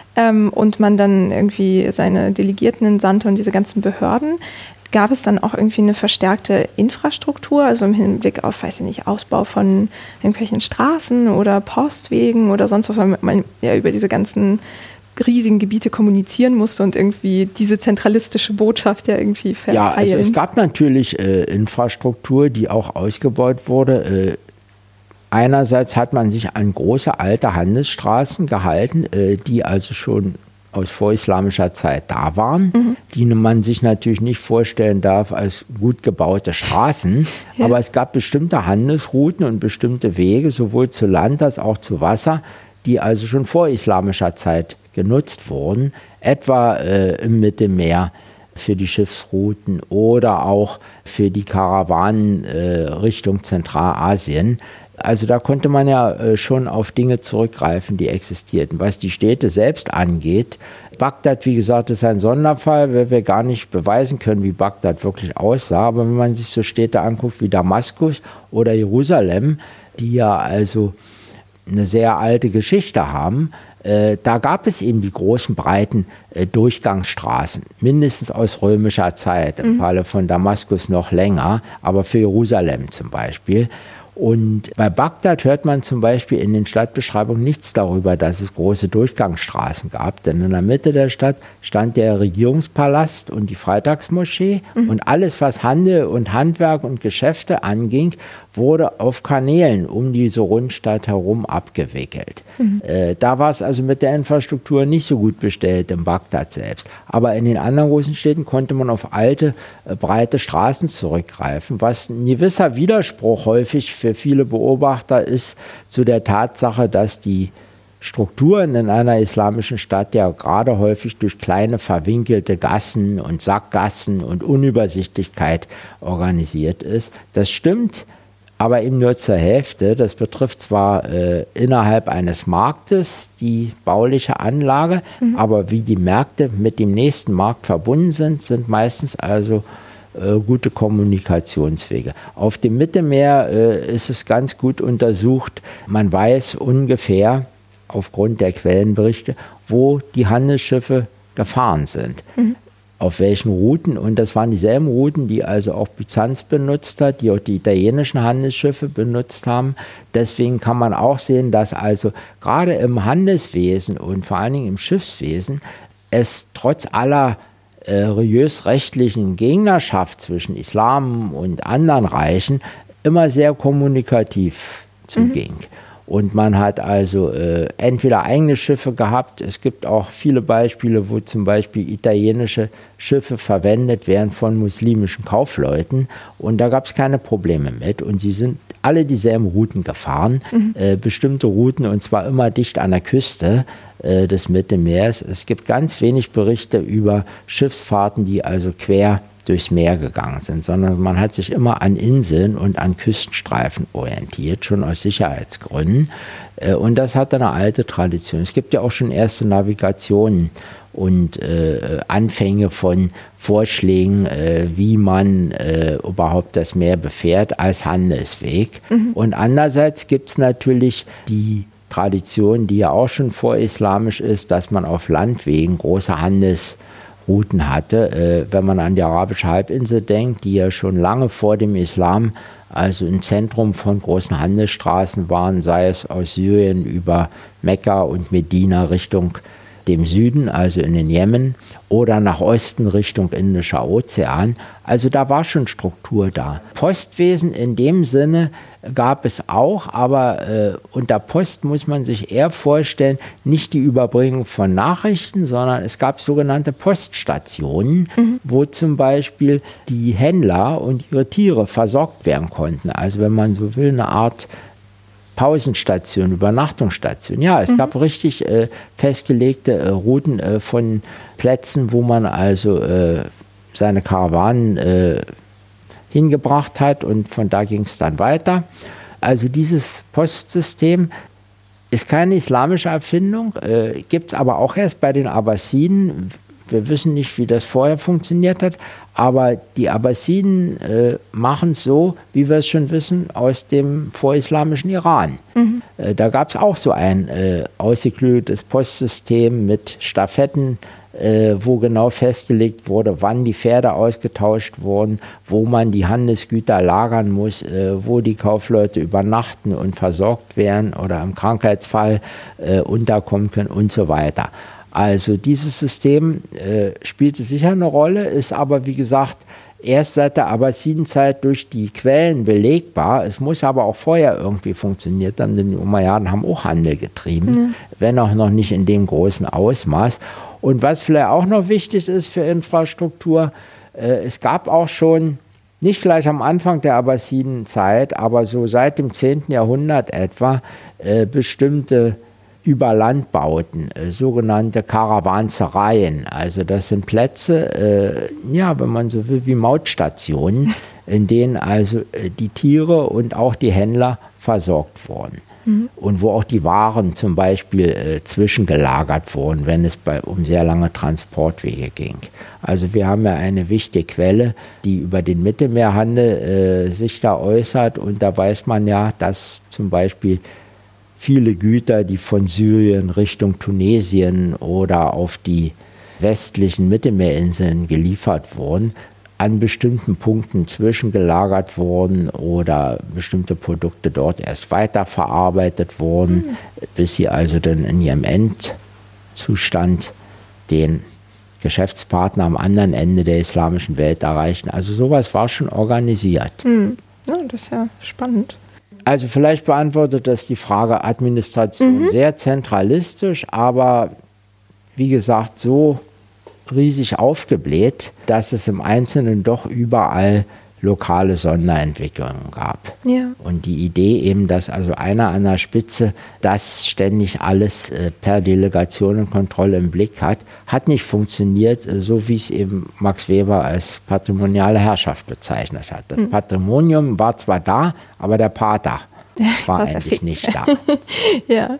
und man dann irgendwie seine Delegierten entsandte und diese ganzen Behörden, gab es dann auch irgendwie eine verstärkte Infrastruktur, also im Hinblick auf, Ausbau von irgendwelchen Straßen oder Postwegen oder sonst was, weil man ja über diese ganzen riesigen Gebiete kommunizieren musste und irgendwie diese zentralistische Botschaft ja irgendwie verteilen. Ja, also es gab natürlich Infrastruktur, die auch ausgebaut wurde. Einerseits hat man sich an große alte Handelsstraßen gehalten, die also schon aus vorislamischer Zeit da waren, die man sich natürlich nicht vorstellen darf als gut gebaute Straßen. Ja. Aber es gab bestimmte Handelsrouten und bestimmte Wege, sowohl zu Land als auch zu Wasser, die also schon vor islamischer Zeit genutzt wurden, etwa im Mittelmeer für die Schiffsrouten oder auch für die Karawanen Richtung Zentralasien. Also da konnte man ja schon auf Dinge zurückgreifen, die existierten. Was die Städte selbst angeht, Bagdad, wie gesagt, ist ein Sonderfall, weil wir gar nicht beweisen können, wie Bagdad wirklich aussah. Aber wenn man sich so Städte anguckt wie Damaskus oder Jerusalem, die ja also eine sehr alte Geschichte haben, da gab es eben die großen, breiten Durchgangsstraßen, mindestens aus römischer Zeit, im Falle von Damaskus noch länger, aber für Jerusalem zum Beispiel. Und bei Bagdad hört man zum Beispiel in den Stadtbeschreibungen nichts darüber, dass es große Durchgangsstraßen gab. Denn in der Mitte der Stadt stand der Regierungspalast und die Freitagsmoschee. Und alles, was Handel und Handwerk und Geschäfte anging, wurde auf Kanälen um diese Rundstadt herum abgewickelt. Da war es also mit der Infrastruktur nicht so gut bestellt in Bagdad selbst. Aber in den anderen großen Städten konnte man auf alte, breite Straßen zurückgreifen, was ein gewisser Widerspruch häufig für viele Beobachter ist zu der Tatsache, dass die Strukturen in einer islamischen Stadt ja gerade häufig durch kleine verwinkelte Gassen und Sackgassen und Unübersichtlichkeit organisiert ist. Das stimmt, aber eben nur zur Hälfte. Das betrifft zwar innerhalb eines Marktes die bauliche Anlage, aber wie die Märkte mit dem nächsten Markt verbunden sind meistens also gute Kommunikationswege. Auf dem Mittelmeer ist es ganz gut untersucht. Man weiß ungefähr aufgrund der Quellenberichte, wo die Handelsschiffe gefahren sind. Auf welchen Routen. Und das waren dieselben Routen, die also auch Byzanz benutzt hat, die auch die italienischen Handelsschiffe benutzt haben. Deswegen kann man auch sehen, dass also gerade im Handelswesen und vor allen Dingen im Schiffswesen es trotz aller religiös-rechtlichen Gegnerschaft zwischen Islam und anderen Reichen immer sehr kommunikativ zuging. Und man hat also entweder eigene Schiffe gehabt, es gibt auch viele Beispiele, wo zum Beispiel italienische Schiffe verwendet werden von muslimischen Kaufleuten und da gab es keine Probleme mit und sie sind alle dieselben Routen gefahren, bestimmte Routen, und zwar immer dicht an der Küste des Mittelmeers. Es gibt ganz wenig Berichte über Schiffsfahrten, die also quer durchs Meer gegangen sind, sondern man hat sich immer an Inseln und an Küstenstreifen orientiert, schon aus Sicherheitsgründen. Und das hat eine alte Tradition. Es gibt ja auch schon erste Navigationen und Anfänge von Vorschlägen, wie man überhaupt das Meer befährt als Handelsweg. Und andererseits gibt es natürlich die Tradition, die ja auch schon vorislamisch ist, dass man auf Landwegen große Handelsrouten hatte. Wenn man an die arabische Halbinsel denkt, die ja schon lange vor dem Islam also ein Zentrum von großen Handelsstraßen waren, sei es aus Syrien über Mekka und Medina Richtung dem Süden, also in den Jemen, oder nach Osten Richtung Indischer Ozean. Also da war schon Struktur da. Postwesen in dem Sinne gab es auch, aber unter Post muss man sich eher vorstellen, nicht die Überbringung von Nachrichten, sondern es gab sogenannte Poststationen, wo zum Beispiel die Händler und ihre Tiere versorgt werden konnten. Also wenn man so will, eine Art Pausenstation, Übernachtungsstation. Ja, es gab richtig festgelegte Routen von Plätzen, wo man also seine Karawanen hingebracht hat, und von da ging es dann weiter. Also dieses Postsystem ist keine islamische Erfindung, gibt es aber auch erst bei den Abbasiden. Wir wissen nicht, wie das vorher funktioniert hat, aber die Abbasiden machen es so, wie wir es schon wissen, aus dem vorislamischen Iran. Da gab es auch so ein ausgeklügeltes Postsystem mit Stafetten, wo genau festgelegt wurde, wann die Pferde ausgetauscht wurden, wo man die Handelsgüter lagern muss, wo die Kaufleute übernachten und versorgt werden oder im Krankheitsfall unterkommen können und so weiter. Also dieses System spielte sicher eine Rolle, ist aber wie gesagt erst seit der Abbasidenzeit durch die Quellen belegbar. Es muss aber auch vorher irgendwie funktioniert haben, denn die Umayyaden haben auch Handel getrieben, wenn auch noch nicht in dem großen Ausmaß. Und was vielleicht auch noch wichtig ist für Infrastruktur, es gab auch schon, nicht gleich am Anfang der Abbasidenzeit, aber so seit dem 10. Jahrhundert etwa, bestimmte Überlandbauten, sogenannte Karawansereien. Also das sind Plätze, ja, wenn man so will, wie Mautstationen, in denen also die Tiere und auch die Händler versorgt wurden. Und wo auch die Waren zum Beispiel zwischengelagert wurden, wenn es um sehr lange Transportwege ging. Also wir haben ja eine wichtige Quelle, die über den Mittelmeerhandel sich da äußert, und da weiß man ja, dass zum Beispiel viele Güter, die von Syrien Richtung Tunesien oder auf die westlichen Mittelmeerinseln geliefert wurden, an bestimmten Punkten zwischengelagert wurden oder bestimmte Produkte dort erst weiterverarbeitet wurden, bis sie also dann in ihrem Endzustand den Geschäftspartner am anderen Ende der islamischen Welt erreichen. Also sowas war schon organisiert. Ja, das ist ja spannend. Also vielleicht beantwortet das die Frage Administration sehr zentralistisch, aber wie gesagt so riesig aufgebläht, dass es im Einzelnen doch überall lokale Sonderentwicklungen gab. Ja. Und die Idee eben, dass also einer an der Spitze das ständig alles per Delegation und Kontrolle im Blick hat, hat nicht funktioniert, so wie es eben Max Weber als patrimoniale Herrschaft bezeichnet hat. Das Patrimonium war zwar da, aber der Pater war eigentlich nicht da. Ja,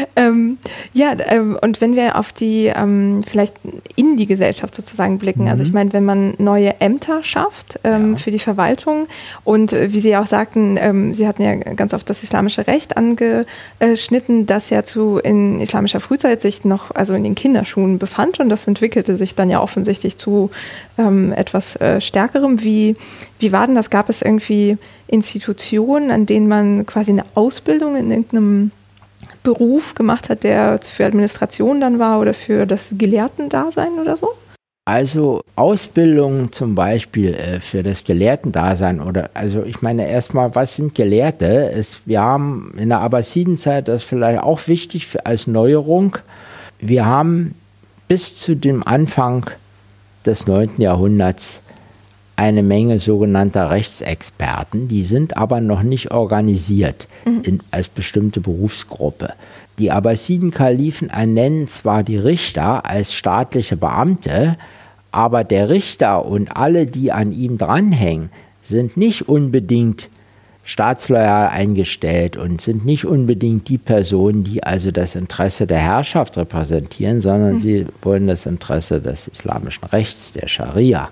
und wenn wir auf die, vielleicht in die Gesellschaft sozusagen blicken, also ich meine, wenn man neue Ämter schafft für die Verwaltung und wie Sie auch sagten, Sie hatten ja ganz oft das islamische Recht angeschnitten, das ja in islamischer Frühzeit sich noch, also in den Kinderschuhen befand, und das entwickelte sich dann ja offensichtlich zu etwas Stärkerem. Wie war denn das? Gab es irgendwie Institutionen, an denen man quasi eine Ausbildung in irgendeinem Beruf gemacht hat, der für Administration dann war oder für das Gelehrtendasein oder so? Also Ausbildung zum Beispiel für das Gelehrtendasein oder, also ich meine erstmal, was sind Gelehrte? Wir haben in der Abbasidenzeit, das ist vielleicht auch wichtig als Neuerung, wir haben bis zu dem Anfang des 9. Jahrhunderts eine Menge sogenannter Rechtsexperten, die sind aber noch nicht organisiert als bestimmte Berufsgruppe. Die Abbasiden-Kalifen ernennen zwar die Richter als staatliche Beamte, aber der Richter und alle, die an ihm dranhängen, sind nicht unbedingt staatsloyal eingestellt und sind nicht unbedingt die Personen, die also das Interesse der Herrschaft repräsentieren, sondern sie wollen das Interesse des islamischen Rechts, der Scharia,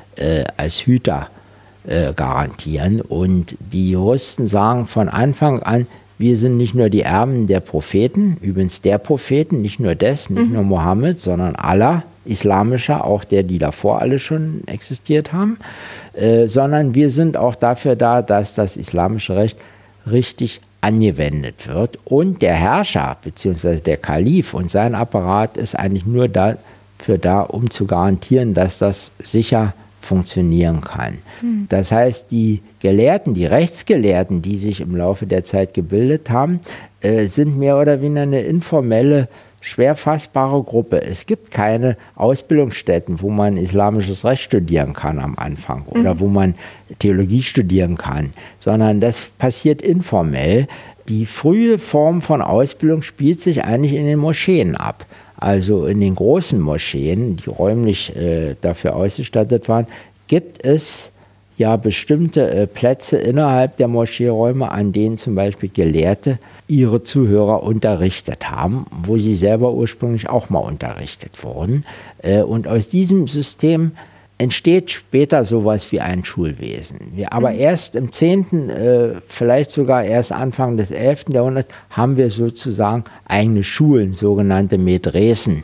als Hüter garantieren. Und die Juristen sagen von Anfang an, wir sind nicht nur die Erben der Propheten, übrigens der Propheten, nicht nur nicht nur Mohammed, sondern aller islamischer, auch der, die davor alle schon existiert haben, sondern wir sind auch dafür da, dass das islamische Recht richtig angewendet wird. Und der Herrscher bzw. der Kalif und sein Apparat ist eigentlich nur dafür da, um zu garantieren, dass das sicher funktionieren kann. Das heißt, die Gelehrten, die Rechtsgelehrten, die sich im Laufe der Zeit gebildet haben, sind mehr oder weniger eine informelle, schwer fassbare Gruppe. Es gibt keine Ausbildungsstätten, wo man islamisches Recht studieren kann am Anfang oder wo man Theologie studieren kann, sondern das passiert informell. Die frühe Form von Ausbildung spielt sich eigentlich in den Moscheen ab. Also in den großen Moscheen, die räumlich dafür ausgestattet waren, gibt es ja bestimmte Plätze innerhalb der Moscheeräume, an denen zum Beispiel Gelehrte ihre Zuhörer unterrichtet haben, wo sie selber ursprünglich auch mal unterrichtet wurden. Und aus diesem System entsteht später sowas wie ein Schulwesen. Aber erst im 10., vielleicht sogar erst Anfang des 11. Jahrhunderts haben wir sozusagen eigene Schulen, sogenannte Medresen.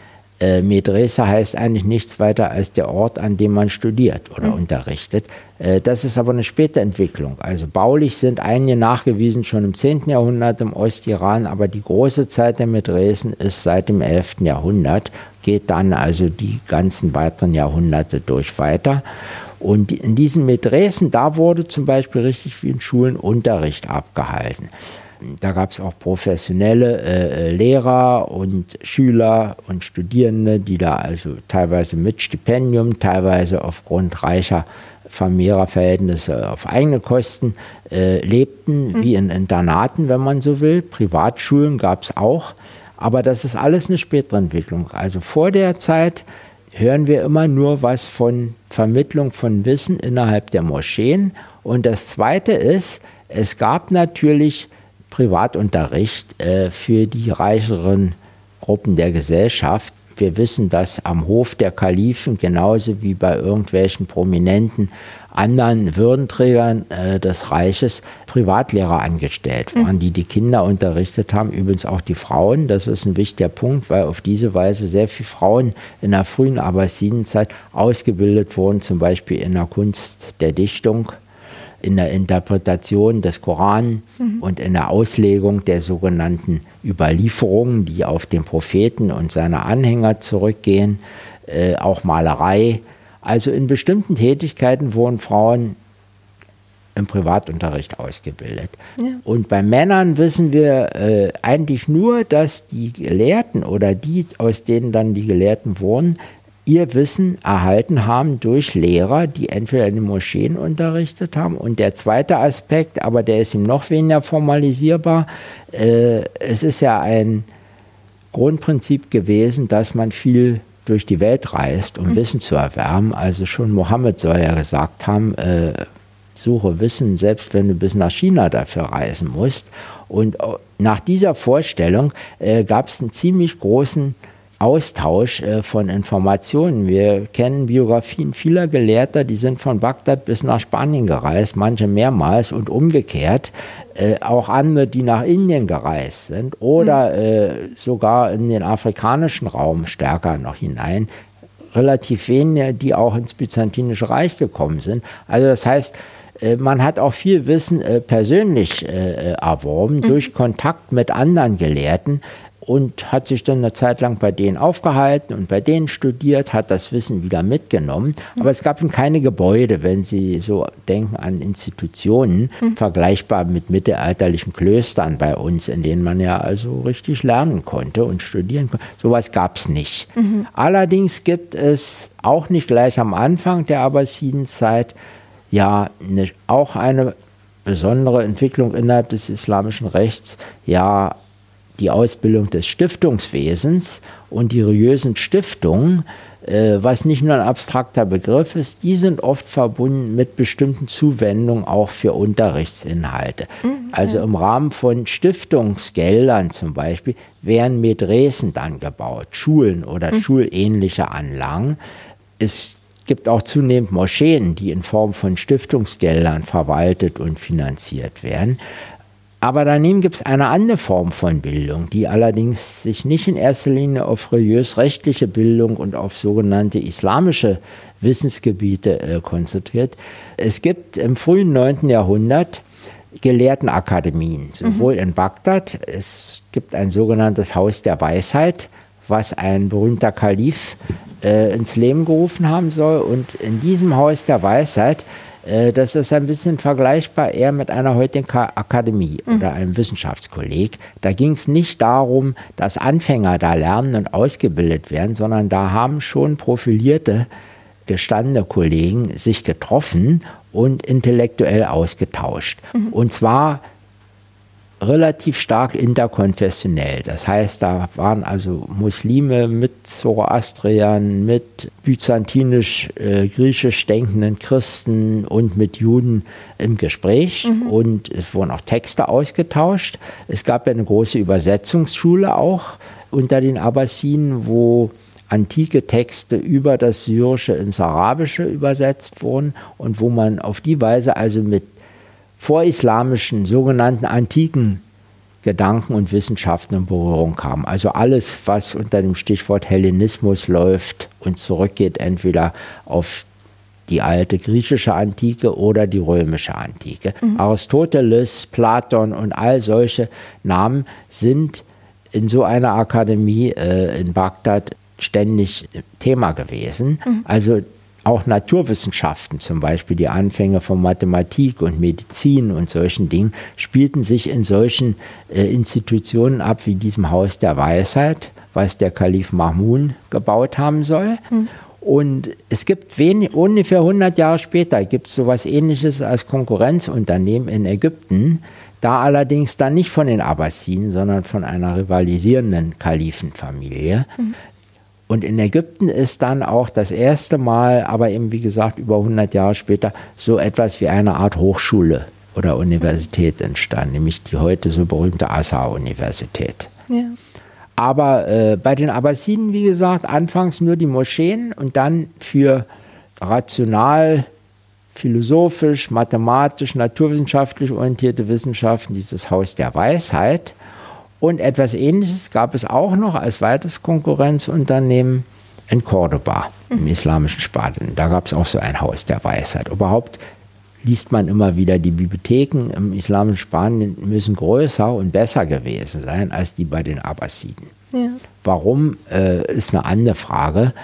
Medrese heißt eigentlich nichts weiter als der Ort, an dem man studiert oder unterrichtet. Das ist aber eine späte Entwicklung. Also baulich sind einige nachgewiesen schon im 10. Jahrhundert im Ostiran, aber die große Zeit der Medresen ist seit dem 11. Jahrhundert, geht dann also die ganzen weiteren Jahrhunderte durch weiter. Und in diesen Medresen, da wurde zum Beispiel richtig wie in Schulen Unterricht abgehalten. Da gab es auch professionelle Lehrer und Schüler und Studierende, die da also teilweise mit Stipendium, teilweise aufgrund reicher familiärer Verhältnisse auf eigene Kosten lebten, wie in Internaten, wenn man so will. Privatschulen gab es auch, aber das ist alles eine spätere Entwicklung. Also vor der Zeit hören wir immer nur was von Vermittlung von Wissen innerhalb der Moscheen. Und das Zweite ist, es gab natürlich Privatunterricht für die reicheren Gruppen der Gesellschaft. Wir wissen, dass am Hof der Kalifen genauso wie bei irgendwelchen prominenten anderen Würdenträgern des Reiches Privatlehrer angestellt waren, die die Kinder unterrichtet haben, übrigens auch die Frauen. Das ist ein wichtiger Punkt, weil auf diese Weise sehr viele Frauen in der frühen Abbasidenzeit ausgebildet wurden, zum Beispiel in der Kunst der Dichtung, in der Interpretation des Koran und in der Auslegung der sogenannten Überlieferungen, die auf den Propheten und seine Anhänger zurückgehen, auch Malerei. Also in bestimmten Tätigkeiten wurden Frauen im Privatunterricht ausgebildet. Ja. Und bei Männern wissen wir eigentlich nur, dass die Gelehrten oder die, aus denen dann die Gelehrten wurden, ihr Wissen erhalten haben durch Lehrer, die entweder in den Moscheen unterrichtet haben. Und der zweite Aspekt, aber der ist ihm noch weniger formalisierbar, es ist ja ein Grundprinzip gewesen, dass man viel durch die Welt reist, um Wissen zu erwerben. Also schon Mohammed soll ja gesagt haben, suche Wissen, selbst wenn du bis nach China dafür reisen musst. Und nach dieser Vorstellung gab es einen ziemlich großen Austausch von Informationen. Wir kennen Biografien vieler Gelehrter, die sind von Bagdad bis nach Spanien gereist, manche mehrmals und umgekehrt. Auch andere, die nach Indien gereist sind oder sogar in den afrikanischen Raum stärker noch hinein. Relativ wenige, die auch ins Byzantinische Reich gekommen sind. Also das heißt, man hat auch viel Wissen persönlich erworben durch Kontakt mit anderen Gelehrten. und hat sich dann eine Zeit lang bei denen aufgehalten und bei denen studiert, hat das Wissen wieder mitgenommen. Aber es gab ihm keine Gebäude, wenn Sie so denken an Institutionen, vergleichbar mit mittelalterlichen Klöstern bei uns, in denen man ja also richtig lernen konnte und studieren konnte. Sowas gab es nicht. Allerdings gibt es auch nicht gleich am Anfang der Abbasidenzeit ja auch eine besondere Entwicklung innerhalb des islamischen Rechts, ja die Ausbildung des Stiftungswesens und die religiösen Stiftungen, was nicht nur ein abstrakter Begriff ist, die sind oft verbunden mit bestimmten Zuwendungen auch für Unterrichtsinhalte. Also im Rahmen von Stiftungsgeldern zum Beispiel werden Medresen dann gebaut, Schulen oder schulähnliche Anlagen. Es gibt auch zunehmend Moscheen, die in Form von Stiftungsgeldern verwaltet und finanziert werden. Aber daneben gibt es eine andere Form von Bildung, die allerdings sich nicht in erster Linie auf religiös-rechtliche Bildung und auf sogenannte islamische Wissensgebiete konzentriert. Es gibt im frühen 9. Jahrhundert Gelehrtenakademien, sowohl in Bagdad, es gibt ein sogenanntes Haus der Weisheit, was ein berühmter Kalif ins Leben gerufen haben soll. Und in diesem Haus der Weisheit, das ist ein bisschen vergleichbar eher mit einer heutigen Akademie oder einem Wissenschaftskolleg. Da ging es nicht darum, dass Anfänger da lernen und ausgebildet werden, sondern da haben schon profilierte, gestandene Kollegen sich getroffen und intellektuell ausgetauscht. Und zwar relativ stark interkonfessionell. Das heißt, da waren also Muslime mit Zoroastriern, mit byzantinisch-griechisch denkenden Christen und mit Juden im Gespräch. Und es wurden auch Texte ausgetauscht. Es gab ja eine große Übersetzungsschule auch unter den Abbasiden, wo antike Texte über das Syrische ins Arabische übersetzt wurden und wo man auf die Weise also mit vorislamischen, sogenannten antiken Gedanken und Wissenschaften in Berührung kam. Also alles, was unter dem Stichwort Hellenismus läuft und zurückgeht, entweder auf die alte griechische Antike oder die römische Antike. Aristoteles, Platon und all solche Namen sind in so einer Akademie in Bagdad ständig Thema gewesen. Also auch Naturwissenschaften, zum Beispiel die Anfänge von Mathematik und Medizin und solchen Dingen, spielten sich in solchen Institutionen ab wie diesem Haus der Weisheit, was der Kalif Mahmun gebaut haben soll. Und es gibt ungefähr 100 Jahre später gibt es sowas Ähnliches als Konkurrenzunternehmen in Ägypten, da allerdings dann nicht von den Abbasiden, sondern von einer rivalisierenden Kalifenfamilie. Und in Ägypten ist dann auch das erste Mal, aber eben wie gesagt über 100 Jahre später, so etwas wie eine Art Hochschule oder Universität entstanden, nämlich die heute so berühmte Azhar-Universität. Ja. Aber bei den Abbasiden, wie gesagt, anfangs nur die Moscheen und dann für rational, philosophisch, mathematisch, naturwissenschaftlich orientierte Wissenschaften dieses Haus der Weisheit. Und etwas Ähnliches gab es auch noch als weiteres Konkurrenzunternehmen in Cordoba, im islamischen Spanien. Da gab es auch so ein Haus der Weisheit. Überhaupt liest man immer wieder, die Bibliotheken im islamischen Spanien müssen größer und besser gewesen sein als die bei den Abbasiden. Ja. Warum, ist eine andere Frage.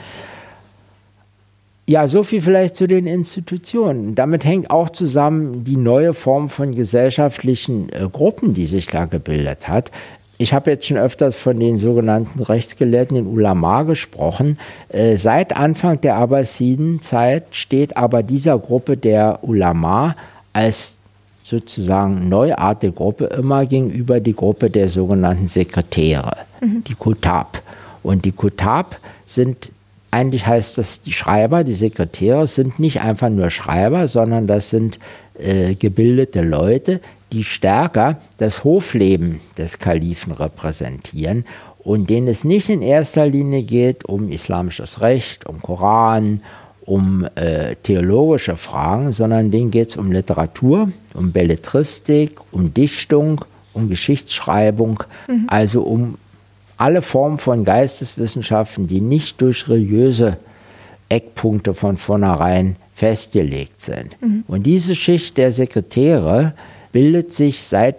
Ja, so viel vielleicht zu den Institutionen. Damit hängt auch zusammen die neue Form von gesellschaftlichen Gruppen, die sich da gebildet hat. Ich habe jetzt schon öfters von den sogenannten Rechtsgelehrten, den Ulama, gesprochen. Seit Anfang der Abbasidenzeit steht aber dieser Gruppe der Ulama als sozusagen neuartige Gruppe immer gegenüber die Gruppe der sogenannten Sekretäre, die Kutab. Und die Kutab sind, eigentlich heißt das, die Schreiber, die Sekretäre sind nicht einfach nur Schreiber, sondern das sind gebildete Leute, die stärker das Hofleben des Kalifen repräsentieren und denen es nicht in erster Linie geht um islamisches Recht, um Koran, um theologische Fragen, sondern denen geht es um Literatur, um Belletristik, um Dichtung, um Geschichtsschreibung, also um alle Formen von Geisteswissenschaften, die nicht durch religiöse Eckpunkte von vornherein festgelegt sind. Und diese Schicht der Sekretäre bildet sich seit dem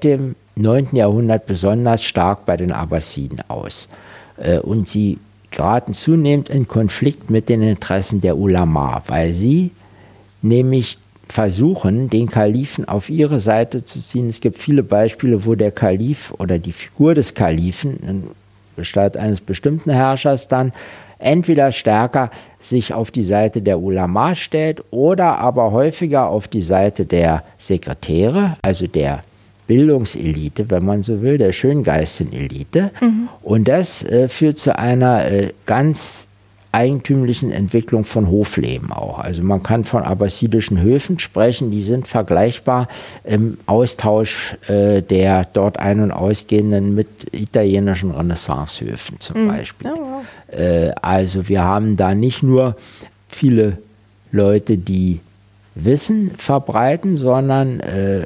9. Jahrhundert besonders stark bei den Abbasiden aus. Und sie geraten zunehmend in Konflikt mit den Interessen der Ulama, weil sie nämlich versuchen, den Kalifen auf ihre Seite zu ziehen. Es gibt viele Beispiele, wo der Kalif oder die Figur des Kalifen in Gestalt eines bestimmten Herrschers dann entweder stärker sich auf die Seite der Ulama stellt oder aber häufiger auf die Seite der Sekretäre, also der Bildungselite, wenn man so will, der schöngeistigen Elite. Und das führt zu einer ganz eigentümlichen Entwicklung von Hofleben auch. Also man kann von abbasidischen Höfen sprechen, die sind vergleichbar im Austausch der dort ein- und ausgehenden mit italienischen Renaissancehöfen zum Beispiel. Oh, wow. Also wir haben da nicht nur viele Leute, die Wissen verbreiten, sondern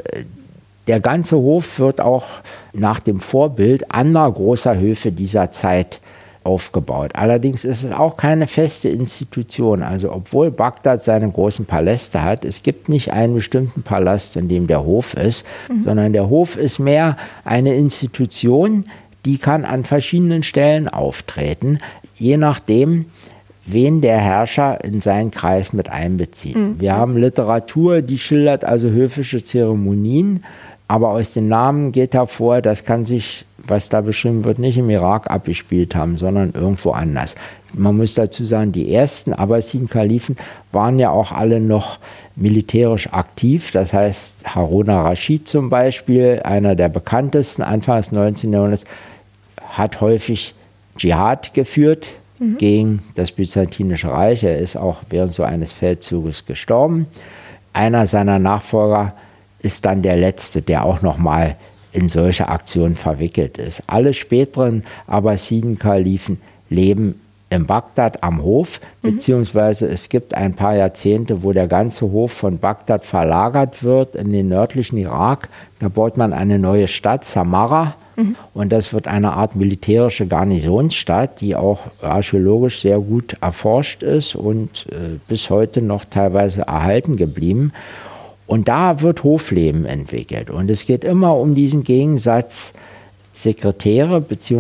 der ganze Hof wird auch nach dem Vorbild anderer großer Höfe dieser Zeit aufgebaut. Allerdings ist es auch keine feste Institution. Also obwohl Bagdad seine großen Paläste hat, es gibt nicht einen bestimmten Palast, in dem der Hof ist, sondern der Hof ist mehr eine Institution, die kann an verschiedenen Stellen auftreten, je nachdem, wen der Herrscher in seinen Kreis mit einbezieht. Wir haben Literatur, die schildert also höfische Zeremonien, aber aus den Namen geht hervor, das kann sich, was da beschrieben wird, nicht im Irak abgespielt haben, sondern irgendwo anders. Man muss dazu sagen, die ersten Abbasiden-Kalifen waren ja auch alle noch militärisch aktiv. Das heißt, Harun ar-Raschid zum Beispiel, einer der bekanntesten Anfang des 19. Jahrhunderts, hat häufig Dschihad geführt gegen das Byzantinische Reich. Er ist auch während so eines Feldzuges gestorben. Einer seiner Nachfolger ist dann der letzte, der auch nochmal in solche Aktionen verwickelt ist. Alle späteren Abbasiden-Kalifen leben in Bagdad am Hof, beziehungsweise es gibt ein paar Jahrzehnte, wo der ganze Hof von Bagdad verlagert wird in den nördlichen Irak. Da baut man eine neue Stadt, Samarra, und das wird eine Art militärische Garnisonsstadt, die auch archäologisch sehr gut erforscht ist und bis heute noch teilweise erhalten geblieben. Und da wird Hofleben entwickelt. Und es geht immer um diesen Gegensatz Sekretäre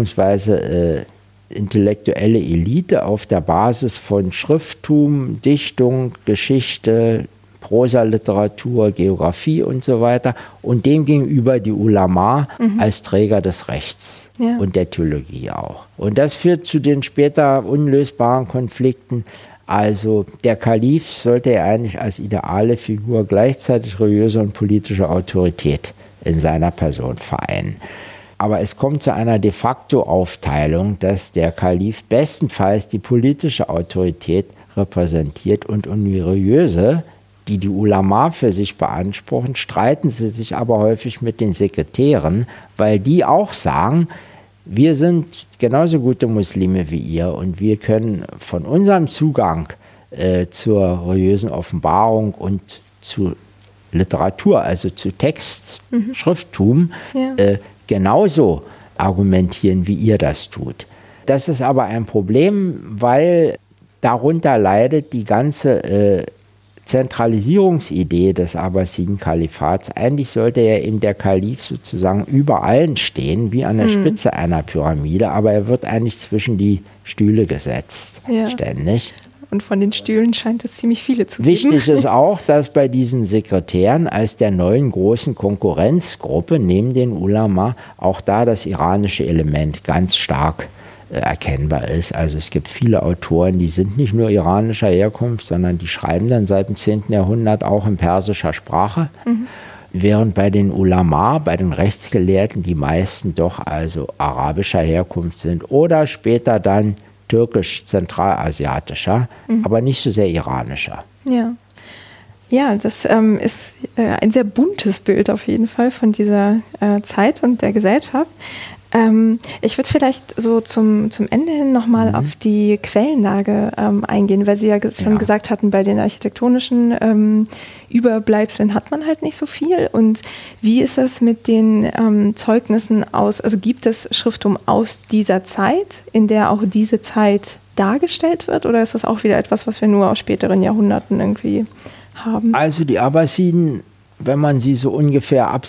bzw. Intellektuelle Elite auf der Basis von Schrifttum, Dichtung, Geschichte, Prosaliteratur, Geografie und so weiter. Und dem gegenüber die Ulama als Träger des Rechts und der Theologie auch. Und das führt zu den später unlösbaren Konflikten. Also der Kalif sollte ja eigentlich als ideale Figur gleichzeitig religiöse und politische Autorität in seiner Person vereinen. Aber es kommt zu einer de facto Aufteilung, dass der Kalif bestenfalls die politische Autorität repräsentiert und um die religiöse, die die Ulama für sich beanspruchen, streiten sie sich aber häufig mit den Sekretären, weil die auch sagen, wir sind genauso gute Muslime wie ihr und wir können von unserem Zugang zur religiösen Offenbarung und zu Literatur, also zu Text, Schrifttum, genauso argumentieren, wie ihr das tut. Das ist aber ein Problem, weil darunter leidet die ganze Zentralisierungsidee des Abbasiden-Kalifats. Eigentlich sollte ja eben der Kalif sozusagen über allen stehen, wie an der Spitze einer Pyramide, aber er wird eigentlich zwischen die Stühle gesetzt, ständig. Und von den Stühlen scheint es ziemlich viele zu geben. Wichtig ist auch, dass bei diesen Sekretären als der neuen großen Konkurrenzgruppe neben den Ulama auch da das iranische Element ganz stark erkennbar ist. Also es gibt viele Autoren, die sind nicht nur iranischer Herkunft, sondern die schreiben dann seit dem 10. Jahrhundert auch in persischer Sprache. Während bei den Ulama, bei den Rechtsgelehrten, die meisten doch also arabischer Herkunft sind oder später dann türkisch-zentralasiatischer, aber nicht so sehr iranischer. Ja, das ist ein sehr buntes Bild auf jeden Fall von dieser Zeit und der Gesellschaft. Ich würde vielleicht so zum Ende hin nochmal auf die Quellenlage eingehen, weil Sie ja schon gesagt hatten, bei den architektonischen Überbleibseln hat man halt nicht so viel. Und wie ist das mit den Zeugnissen aus, also gibt es Schrifttum aus dieser Zeit, in der auch diese Zeit dargestellt wird, oder ist das auch wieder etwas, was wir nur aus späteren Jahrhunderten irgendwie haben? Also die Abbasiden wenn man sie so ungefähr ab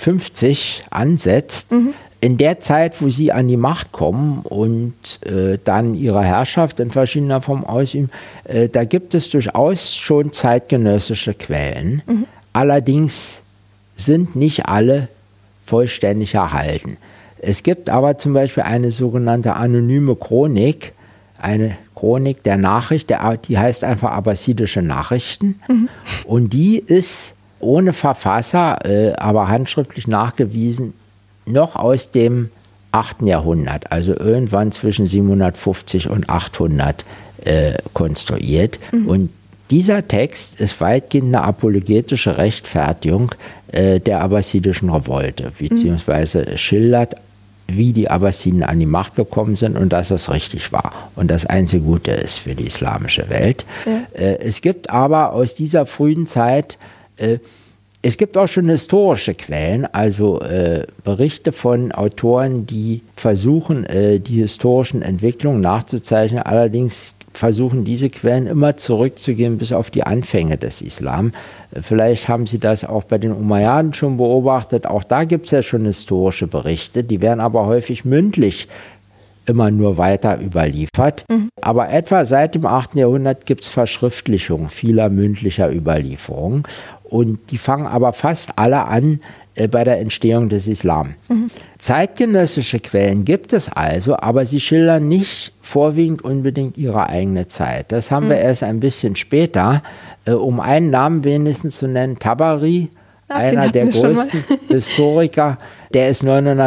750 ansetzt, in der Zeit, wo sie an die Macht kommen und dann ihre Herrschaft in verschiedener Form ausüben, da gibt es durchaus schon zeitgenössische Quellen. Allerdings sind nicht alle vollständig erhalten. Es gibt aber zum Beispiel eine sogenannte anonyme Chronik, eine Chronik der Nachricht, die heißt einfach Abbasidische Nachrichten. Und die ist ohne Verfasser, aber handschriftlich nachgewiesen, noch aus dem 8. Jahrhundert, also irgendwann zwischen 750 und 800 konstruiert. Und dieser Text ist weitgehend eine apologetische Rechtfertigung der abbasidischen Revolte, beziehungsweise schildert, wie die Abbasiden an die Macht gekommen sind und dass es richtig war und das einzige Gute ist für die islamische Welt. Ja. Es gibt aber aus dieser frühen Zeit, es gibt auch schon historische Quellen, also Berichte von Autoren, die versuchen, die historischen Entwicklungen nachzuzeichnen. Allerdings versuchen diese Quellen immer zurückzugehen bis auf die Anfänge des Islam. Vielleicht haben Sie das auch bei den Umayyaden schon beobachtet. Auch da gibt es ja schon historische Berichte, die werden aber häufig mündlich immer nur weiter überliefert. Aber etwa seit dem 8. Jahrhundert gibt es Verschriftlichungen vieler mündlicher Überlieferungen. Und die fangen aber fast alle an bei der Entstehung des Islam. Zeitgenössische Quellen gibt es also, aber sie schildern nicht vorwiegend unbedingt ihre eigene Zeit. Das haben wir erst ein bisschen später, um einen Namen wenigstens zu nennen, Tabari, einer der größten Historiker, der ist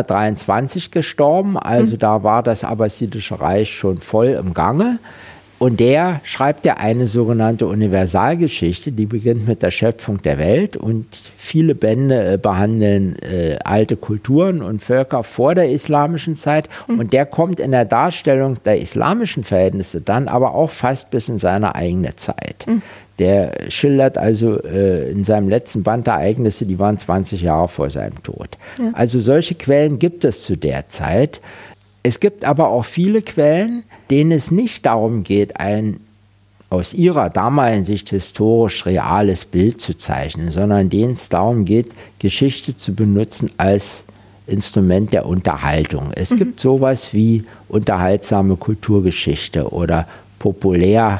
923 gestorben, also da war das Abbasidische Reich schon voll im Gange. Und der schreibt ja eine sogenannte Universalgeschichte, die beginnt mit der Schöpfung der Welt und viele Bände behandeln alte Kulturen und Völker vor der islamischen Zeit. Und der kommt in der Darstellung der islamischen Verhältnisse dann aber auch fast bis in seine eigene Zeit. Der schildert also in seinem letzten Band Ereignisse, die waren 20 Jahre vor seinem Tod. Ja. Also solche Quellen gibt es zu der Zeit. Es gibt aber auch viele Quellen, denen es nicht darum geht, ein aus ihrer damaligen Sicht historisch reales Bild zu zeichnen, sondern denen es darum geht, Geschichte zu benutzen als Instrument der Unterhaltung. Es gibt sowas wie unterhaltsame Kulturgeschichte oder populär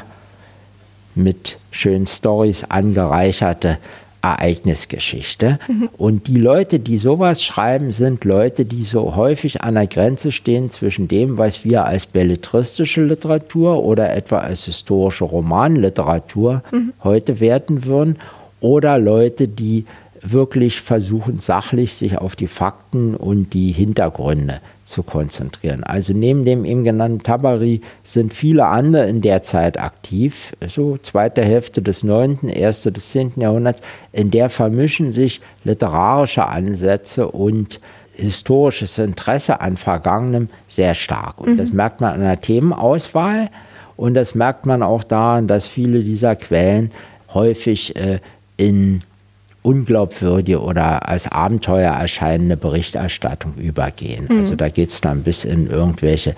mit schönen Storys angereicherte Ereignisgeschichte. Und die Leute, die sowas schreiben, sind Leute, die so häufig an der Grenze stehen zwischen dem, was wir als belletristische Literatur oder etwa als historische Romanliteratur heute werten würden, oder Leute, die wirklich versuchen, sachlich sich auf die Fakten und die Hintergründe zu konzentrieren. Also neben dem eben genannten Tabari sind viele andere in der Zeit aktiv, so zweite Hälfte des 9., erste des 10. Jahrhunderts, in der vermischen sich literarische Ansätze und historisches Interesse an Vergangenem sehr stark. Und das merkt man an der Themenauswahl und das merkt man auch daran, dass viele dieser Quellen häufig in unglaubwürdige oder als Abenteuer erscheinende Berichterstattung übergehen. Also da geht es dann bis in irgendwelche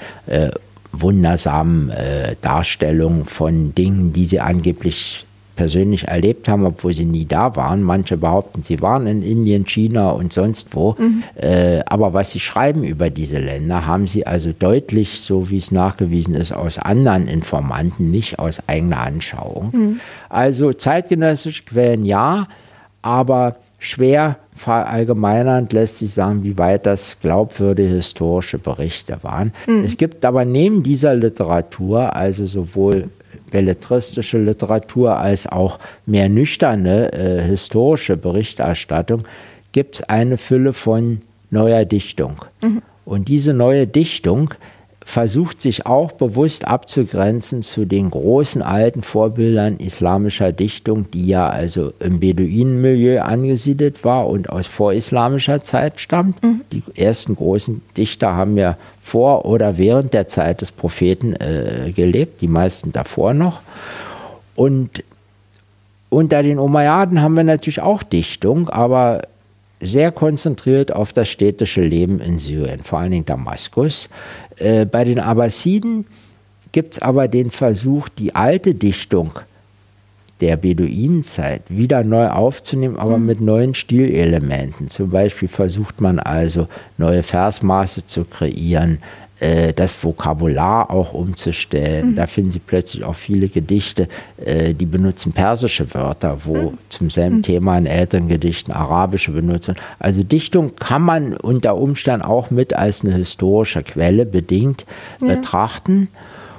wundersamen Darstellungen von Dingen, die sie angeblich persönlich erlebt haben, obwohl sie nie da waren. Manche behaupten, sie waren in Indien, China und sonst wo. Aber was sie schreiben über diese Länder, haben sie also deutlich, so wie es nachgewiesen ist, aus anderen Informanten, nicht aus eigener Anschauung. Also zeitgenössische Quellen ja, aber schwer verallgemeinernd lässt sich sagen, wie weit das glaubwürdige historische Berichte waren. Es gibt aber neben dieser Literatur, also sowohl belletristische Literatur als auch mehr nüchterne historische Berichterstattung, gibt es eine Fülle von neuer Dichtung. Und diese neue Dichtung versucht sich auch bewusst abzugrenzen zu den großen alten Vorbildern islamischer Dichtung, die ja also im Beduinenmilieu angesiedelt war und aus vorislamischer Zeit stammt. Die ersten großen Dichter haben ja vor oder während der Zeit des Propheten gelebt, die meisten davor noch. Und unter den Umayyaden haben wir natürlich auch Dichtung, aber sehr konzentriert auf das städtische Leben in Syrien, vor allen Dingen Damaskus. Bei den Abbasiden gibt es aber den Versuch, die alte Dichtung der Beduinenzeit wieder neu aufzunehmen, aber mit neuen Stilelementen. Zum Beispiel versucht man also, neue Versmaße zu kreieren, das Vokabular auch umzustellen. Da finden Sie plötzlich auch viele Gedichte, die benutzen persische Wörter, wo zum selben Thema in älteren Gedichten arabische benutzen. Also Dichtung kann man unter Umständen auch mit als eine historische Quelle bedingt betrachten.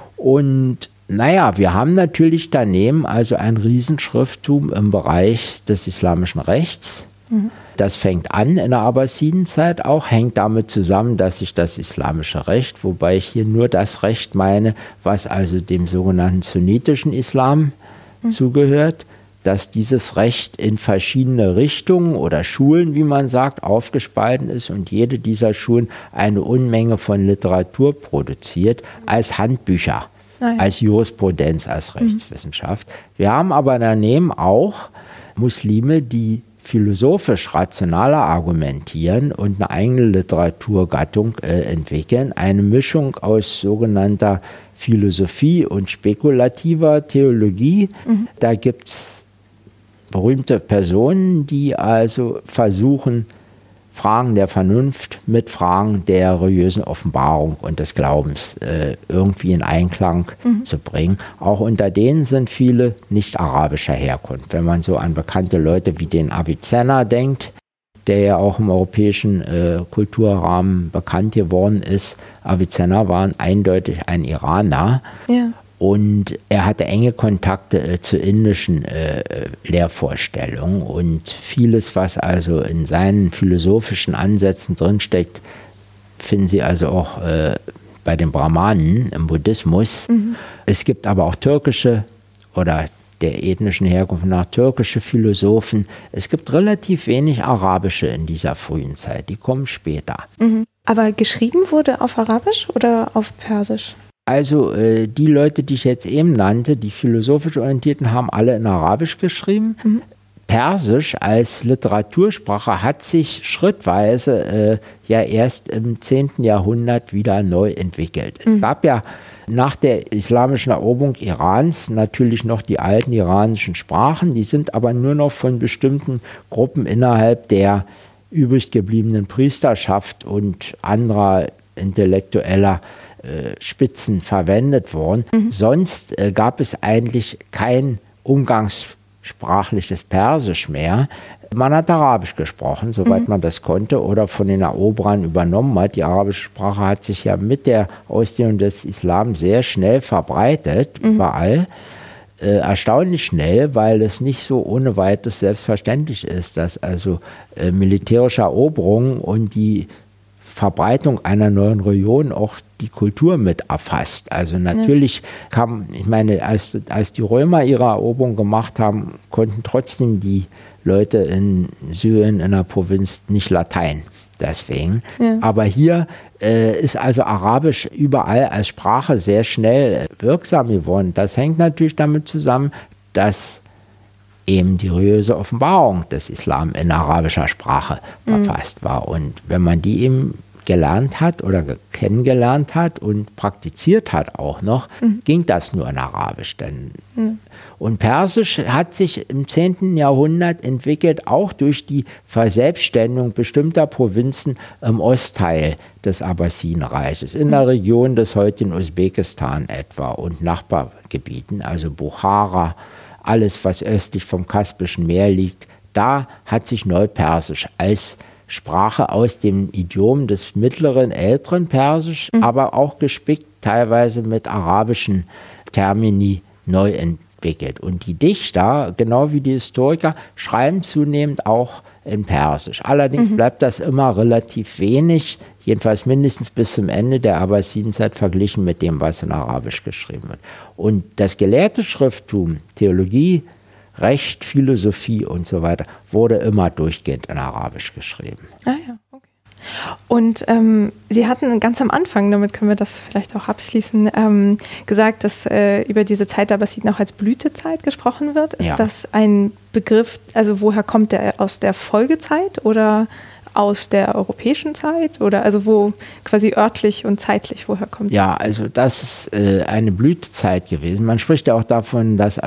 Und naja, wir haben natürlich daneben also ein Riesenschrifttum im Bereich des islamischen Rechts. Das fängt an in der Abbasidenzeit auch, hängt damit zusammen, dass sich das islamische Recht, wobei ich hier nur das Recht meine, was also dem sogenannten sunnitischen Islam zugehört, dass dieses Recht in verschiedene Richtungen oder Schulen, wie man sagt, aufgespalten ist und jede dieser Schulen eine Unmenge von Literatur produziert als Handbücher, als Jurisprudenz, als Rechtswissenschaft. Wir haben aber daneben auch Muslime, die philosophisch rationaler argumentieren und eine eigene Literaturgattung entwickeln. Eine Mischung aus sogenannter Philosophie und spekulativer Theologie. Da gibt es berühmte Personen, die also versuchen, Fragen der Vernunft mit Fragen der religiösen Offenbarung und des Glaubens irgendwie in Einklang zu bringen. Auch unter denen sind viele nicht arabischer Herkunft. Wenn man so an bekannte Leute wie den Avicenna denkt, der ja auch im europäischen Kulturrahmen bekannt geworden ist. Avicenna war eindeutig ein Iraner. Ja. Und er hatte enge Kontakte zu indischen Lehrvorstellungen und vieles, was also in seinen philosophischen Ansätzen drinsteckt, finden Sie also auch bei den Brahmanen im Buddhismus. Es gibt aber auch türkische oder der ethnischen Herkunft nach türkische Philosophen. Es gibt relativ wenig arabische in dieser frühen Zeit, die kommen später. Aber geschrieben wurde auf Arabisch oder auf Persisch? Also die Leute, die ich jetzt eben nannte, die philosophisch Orientierten, haben alle in Arabisch geschrieben. Persisch als Literatursprache hat sich schrittweise ja erst im 10. Jahrhundert wieder neu entwickelt. Es gab ja nach der islamischen Eroberung Irans natürlich noch die alten iranischen Sprachen, die sind aber nur noch von bestimmten Gruppen innerhalb der übrig gebliebenen Priesterschaft und anderer intellektueller Spitzen verwendet worden. Sonst gab es eigentlich kein umgangssprachliches Persisch mehr. Man hat Arabisch gesprochen, soweit man das konnte, oder von den Eroberern übernommen hat. Die arabische Sprache hat sich ja mit der Ausdehnung des Islam sehr schnell verbreitet, überall. Erstaunlich schnell, weil es nicht so ohne weiteres selbstverständlich ist, dass also militärische Eroberungen und die Verbreitung einer neuen Religion auch die Kultur mit erfasst. Also natürlich kam, ich meine, als die Römer ihre Eroberung gemacht haben, konnten trotzdem die Leute in Syrien in der Provinz nicht Latein. Deswegen. Aber hier ist also Arabisch überall als Sprache sehr schnell wirksam geworden. Das hängt natürlich damit zusammen, dass eben die religiöse Offenbarung des Islam in arabischer Sprache verfasst war. Und wenn man die eben gelernt hat oder kennengelernt hat und praktiziert hat auch noch, ging das nur in Arabisch. Und Persisch hat sich im 10. Jahrhundert entwickelt, auch durch die Verselbstständigung bestimmter Provinzen im Ostteil des Abbasidenreiches, in der Region des heutigen Usbekistan etwa und Nachbargebieten, also Buchara, alles, was östlich vom Kaspischen Meer liegt. Da hat sich Neupersisch als Sprache aus dem Idiom des mittleren, älteren Persisch, aber auch gespickt teilweise mit arabischen Termini neu entwickelt. Und die Dichter, genau wie die Historiker, schreiben zunehmend auch in Persisch. Allerdings bleibt das immer relativ wenig, jedenfalls mindestens bis zum Ende der Abbasidenzeit verglichen mit dem, was in Arabisch geschrieben wird. Und das gelehrte Schrifttum, Theologie, Recht, Philosophie und so weiter, wurde immer durchgehend in Arabisch geschrieben. Ah ja, okay. Und Sie hatten ganz am Anfang, damit können wir das vielleicht auch abschließen, gesagt, dass über diese Zeit der Abbasiden auch als Blütezeit gesprochen wird. Ist das ein Begriff, also woher kommt der, aus der Folgezeit oder aus der europäischen Zeit? Oder also wo quasi örtlich und zeitlich, woher kommt das? Ja, also das ist eine Blütezeit gewesen. Man spricht ja auch davon, dass also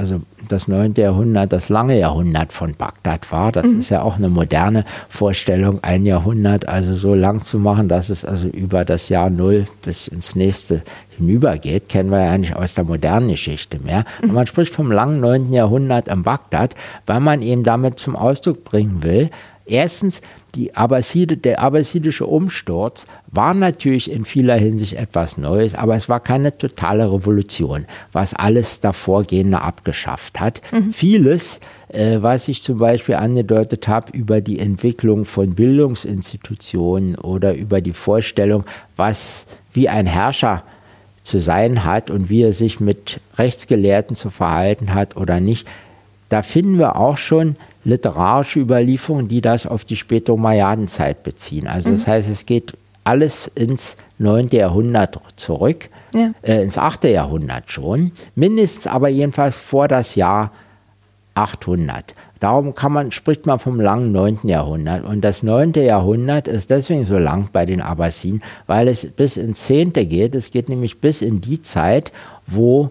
das 9. Jahrhundert das lange Jahrhundert von Bagdad war. Das ist ja auch eine moderne Vorstellung, ein Jahrhundert also so lang zu machen, dass es also über das Jahr 0 bis ins nächste hinübergeht, kennen wir ja nicht aus der modernen Geschichte mehr. Und man spricht vom langen 9. Jahrhundert in Bagdad, weil man eben damit zum Ausdruck bringen will, erstens, der abbasidische Umsturz war natürlich in vieler Hinsicht etwas Neues, aber es war keine totale Revolution, was alles davorgehende abgeschafft hat. Vieles, was ich zum Beispiel angedeutet habe über die Entwicklung von Bildungsinstitutionen oder über die Vorstellung, wie ein Herrscher zu sein hat und wie er sich mit Rechtsgelehrten zu verhalten hat oder nicht, da finden wir auch schon literarische Überlieferungen, die das auf die späte Umayyadenzeit beziehen. Also das heißt, es geht alles ins 9. Jahrhundert zurück, ins 8. Jahrhundert schon, mindestens aber jedenfalls vor das Jahr 800. Darum spricht man vom langen 9. Jahrhundert. Und das 9. Jahrhundert ist deswegen so lang bei den Abbasiden, weil es bis ins 10. geht. Es geht nämlich bis in die Zeit, wo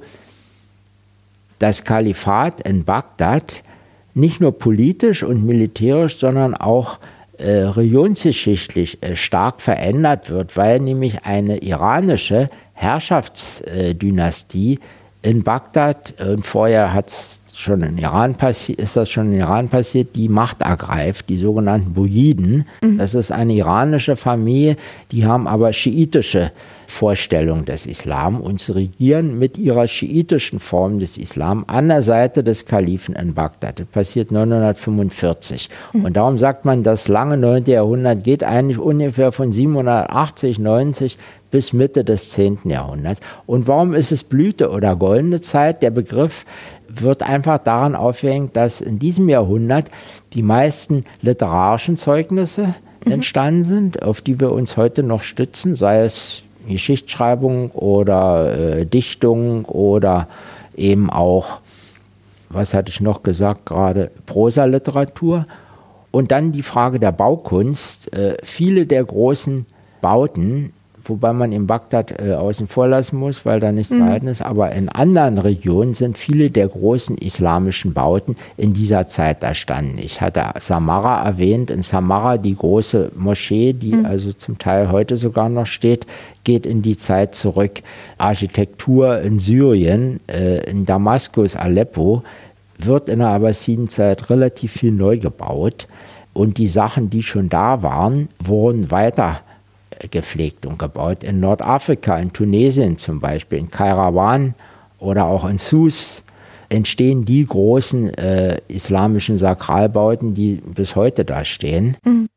das Kalifat in Bagdad nicht nur politisch und militärisch, sondern auch religionsgeschichtlich stark verändert wird, weil nämlich eine iranische Herrschaftsdynastie in Bagdad, und vorher ist das schon in Iran passiert, die Macht ergreift, die sogenannten Buyiden. Das ist eine iranische Familie, die haben aber schiitische Vorstellung des Islam und sie regieren mit ihrer schiitischen Form des Islam an der Seite des Kalifen in Bagdad. Das passiert 945. Und darum sagt man, das lange 9. Jahrhundert geht eigentlich ungefähr von 780, 90 bis Mitte des 10. Jahrhunderts. Und warum ist es Blüte oder goldene Zeit? Der Begriff wird einfach daran aufgehängt, dass in diesem Jahrhundert die meisten literarischen Zeugnisse entstanden sind, auf die wir uns heute noch stützen, sei es Geschichtsschreibung oder Dichtung oder eben auch, was hatte ich noch gesagt, gerade Prosaliteratur. Und dann die Frage der Baukunst. Viele der großen Bauten, wobei man in Bagdad außen vor lassen muss, weil da nichts zu halten ist, aber in anderen Regionen sind viele der großen islamischen Bauten in dieser Zeit entstanden. Ich hatte Samarra erwähnt, in Samarra die große Moschee, die also zum Teil heute sogar noch steht, geht in die Zeit zurück. Architektur in Syrien, in Damaskus, Aleppo, wird in der Abbasidenzeit relativ viel neu gebaut und die Sachen, die schon da waren, wurden weiter gepflegt und gebaut. In Nordafrika, in Tunesien zum Beispiel, in Kairouan oder auch in Sousse entstehen die großen islamischen Sakralbauten, die bis heute da stehen.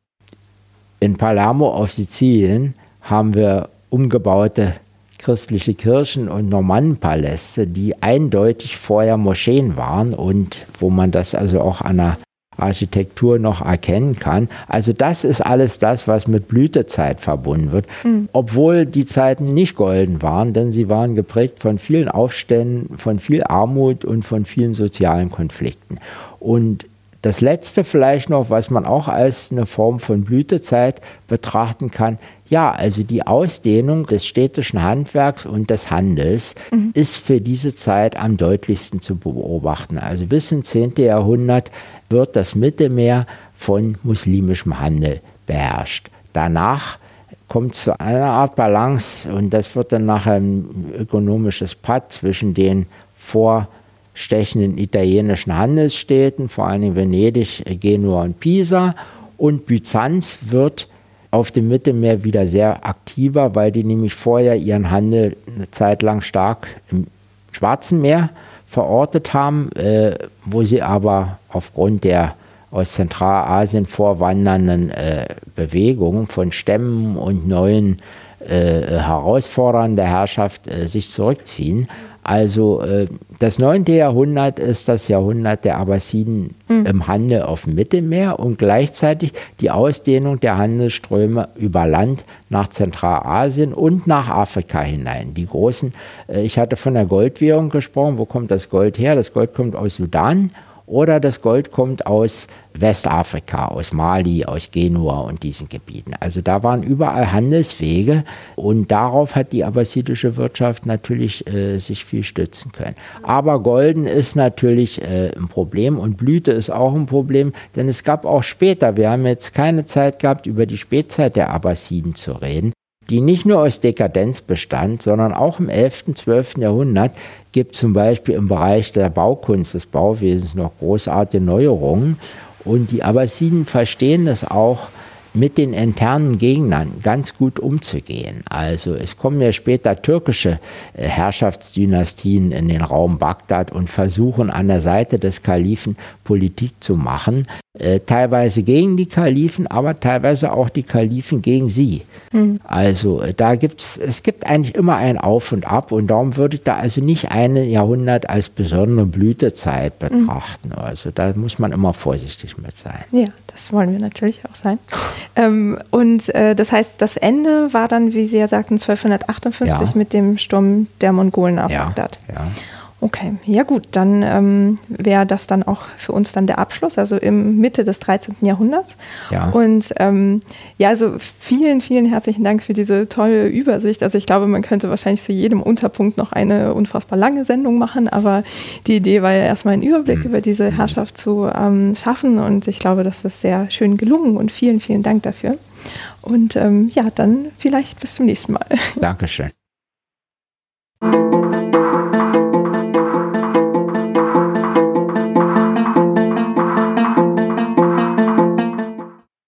In Palermo auf Sizilien haben wir umgebaute christliche Kirchen und Normannenpaläste, die eindeutig vorher Moscheen waren und wo man das also auch an der Architektur noch erkennen kann. Also das ist alles das, was mit Blütezeit verbunden wird, obwohl die Zeiten nicht golden waren, denn sie waren geprägt von vielen Aufständen, von viel Armut und von vielen sozialen Konflikten. Und das Letzte vielleicht noch, was man auch als eine Form von Blütezeit betrachten kann, ja, also die Ausdehnung des städtischen Handwerks und des Handels ist für diese Zeit am deutlichsten zu beobachten. Also bis ins 10. Jahrhundert wird das Mittelmeer von muslimischem Handel beherrscht. Danach kommt zu einer Art Balance und das wird dann nachher ein ökonomisches Patt zwischen den vorstechenden italienischen Handelsstädten, vor allem Venedig, Genua und Pisa, und Byzanz wird auf dem Mittelmeer wieder sehr aktiver, weil die nämlich vorher ihren Handel eine Zeit lang stark im Schwarzen Meer verortet haben, wo sie aber aufgrund der aus Zentralasien vorwandernden Bewegungen von Stämmen und neuen Herausforderern der Herrschaft sich zurückziehen. Also das 9. Jahrhundert ist das Jahrhundert der Abbasiden im Handel auf dem Mittelmeer und gleichzeitig die Ausdehnung der Handelsströme über Land nach Zentralasien und nach Afrika hinein. Die großen, ich hatte von der Goldwährung gesprochen, wo kommt das Gold her? Das Gold kommt aus Sudan oder das Gold kommt aus Westafrika, aus Mali, aus Genua und diesen Gebieten. Also da waren überall Handelswege und darauf hat die abbasidische Wirtschaft natürlich sich viel stützen können. Aber Golden ist natürlich ein Problem und Blüte ist auch ein Problem, denn es gab auch später, wir haben jetzt keine Zeit gehabt, über die Spätzeit der Abbasiden zu reden, die nicht nur aus Dekadenz bestand, sondern auch im 11., 12. Jahrhundert gibt zum Beispiel im Bereich der Baukunst, des Bauwesens noch großartige Neuerungen. Und die Abbasiden verstehen das auch, mit den internen Gegnern ganz gut umzugehen. Also es kommen ja später türkische Herrschaftsdynastien in den Raum Bagdad und versuchen an der Seite des Kalifen Politik zu machen. Teilweise gegen die Kalifen, aber teilweise auch die Kalifen gegen sie. Also es gibt eigentlich immer ein Auf und Ab und darum würde ich da also nicht ein Jahrhundert als besondere Blütezeit betrachten. Also da muss man immer vorsichtig mit sein. Ja, das wollen wir natürlich auch sein. Das heißt, das Ende war dann, wie Sie ja sagten, 1258 mit dem Sturm der Mongolen auf Bagdad. Ja. Okay, ja gut, dann wäre das dann auch für uns dann der Abschluss, also im Mitte des 13. Jahrhunderts. Ja. Und also vielen, vielen herzlichen Dank für diese tolle Übersicht. Also ich glaube, man könnte wahrscheinlich zu jedem Unterpunkt noch eine unfassbar lange Sendung machen, aber die Idee war ja erstmal einen Überblick über diese Herrschaft zu schaffen und ich glaube, das ist sehr schön gelungen und vielen, vielen Dank dafür. Und dann vielleicht bis zum nächsten Mal. Dankeschön.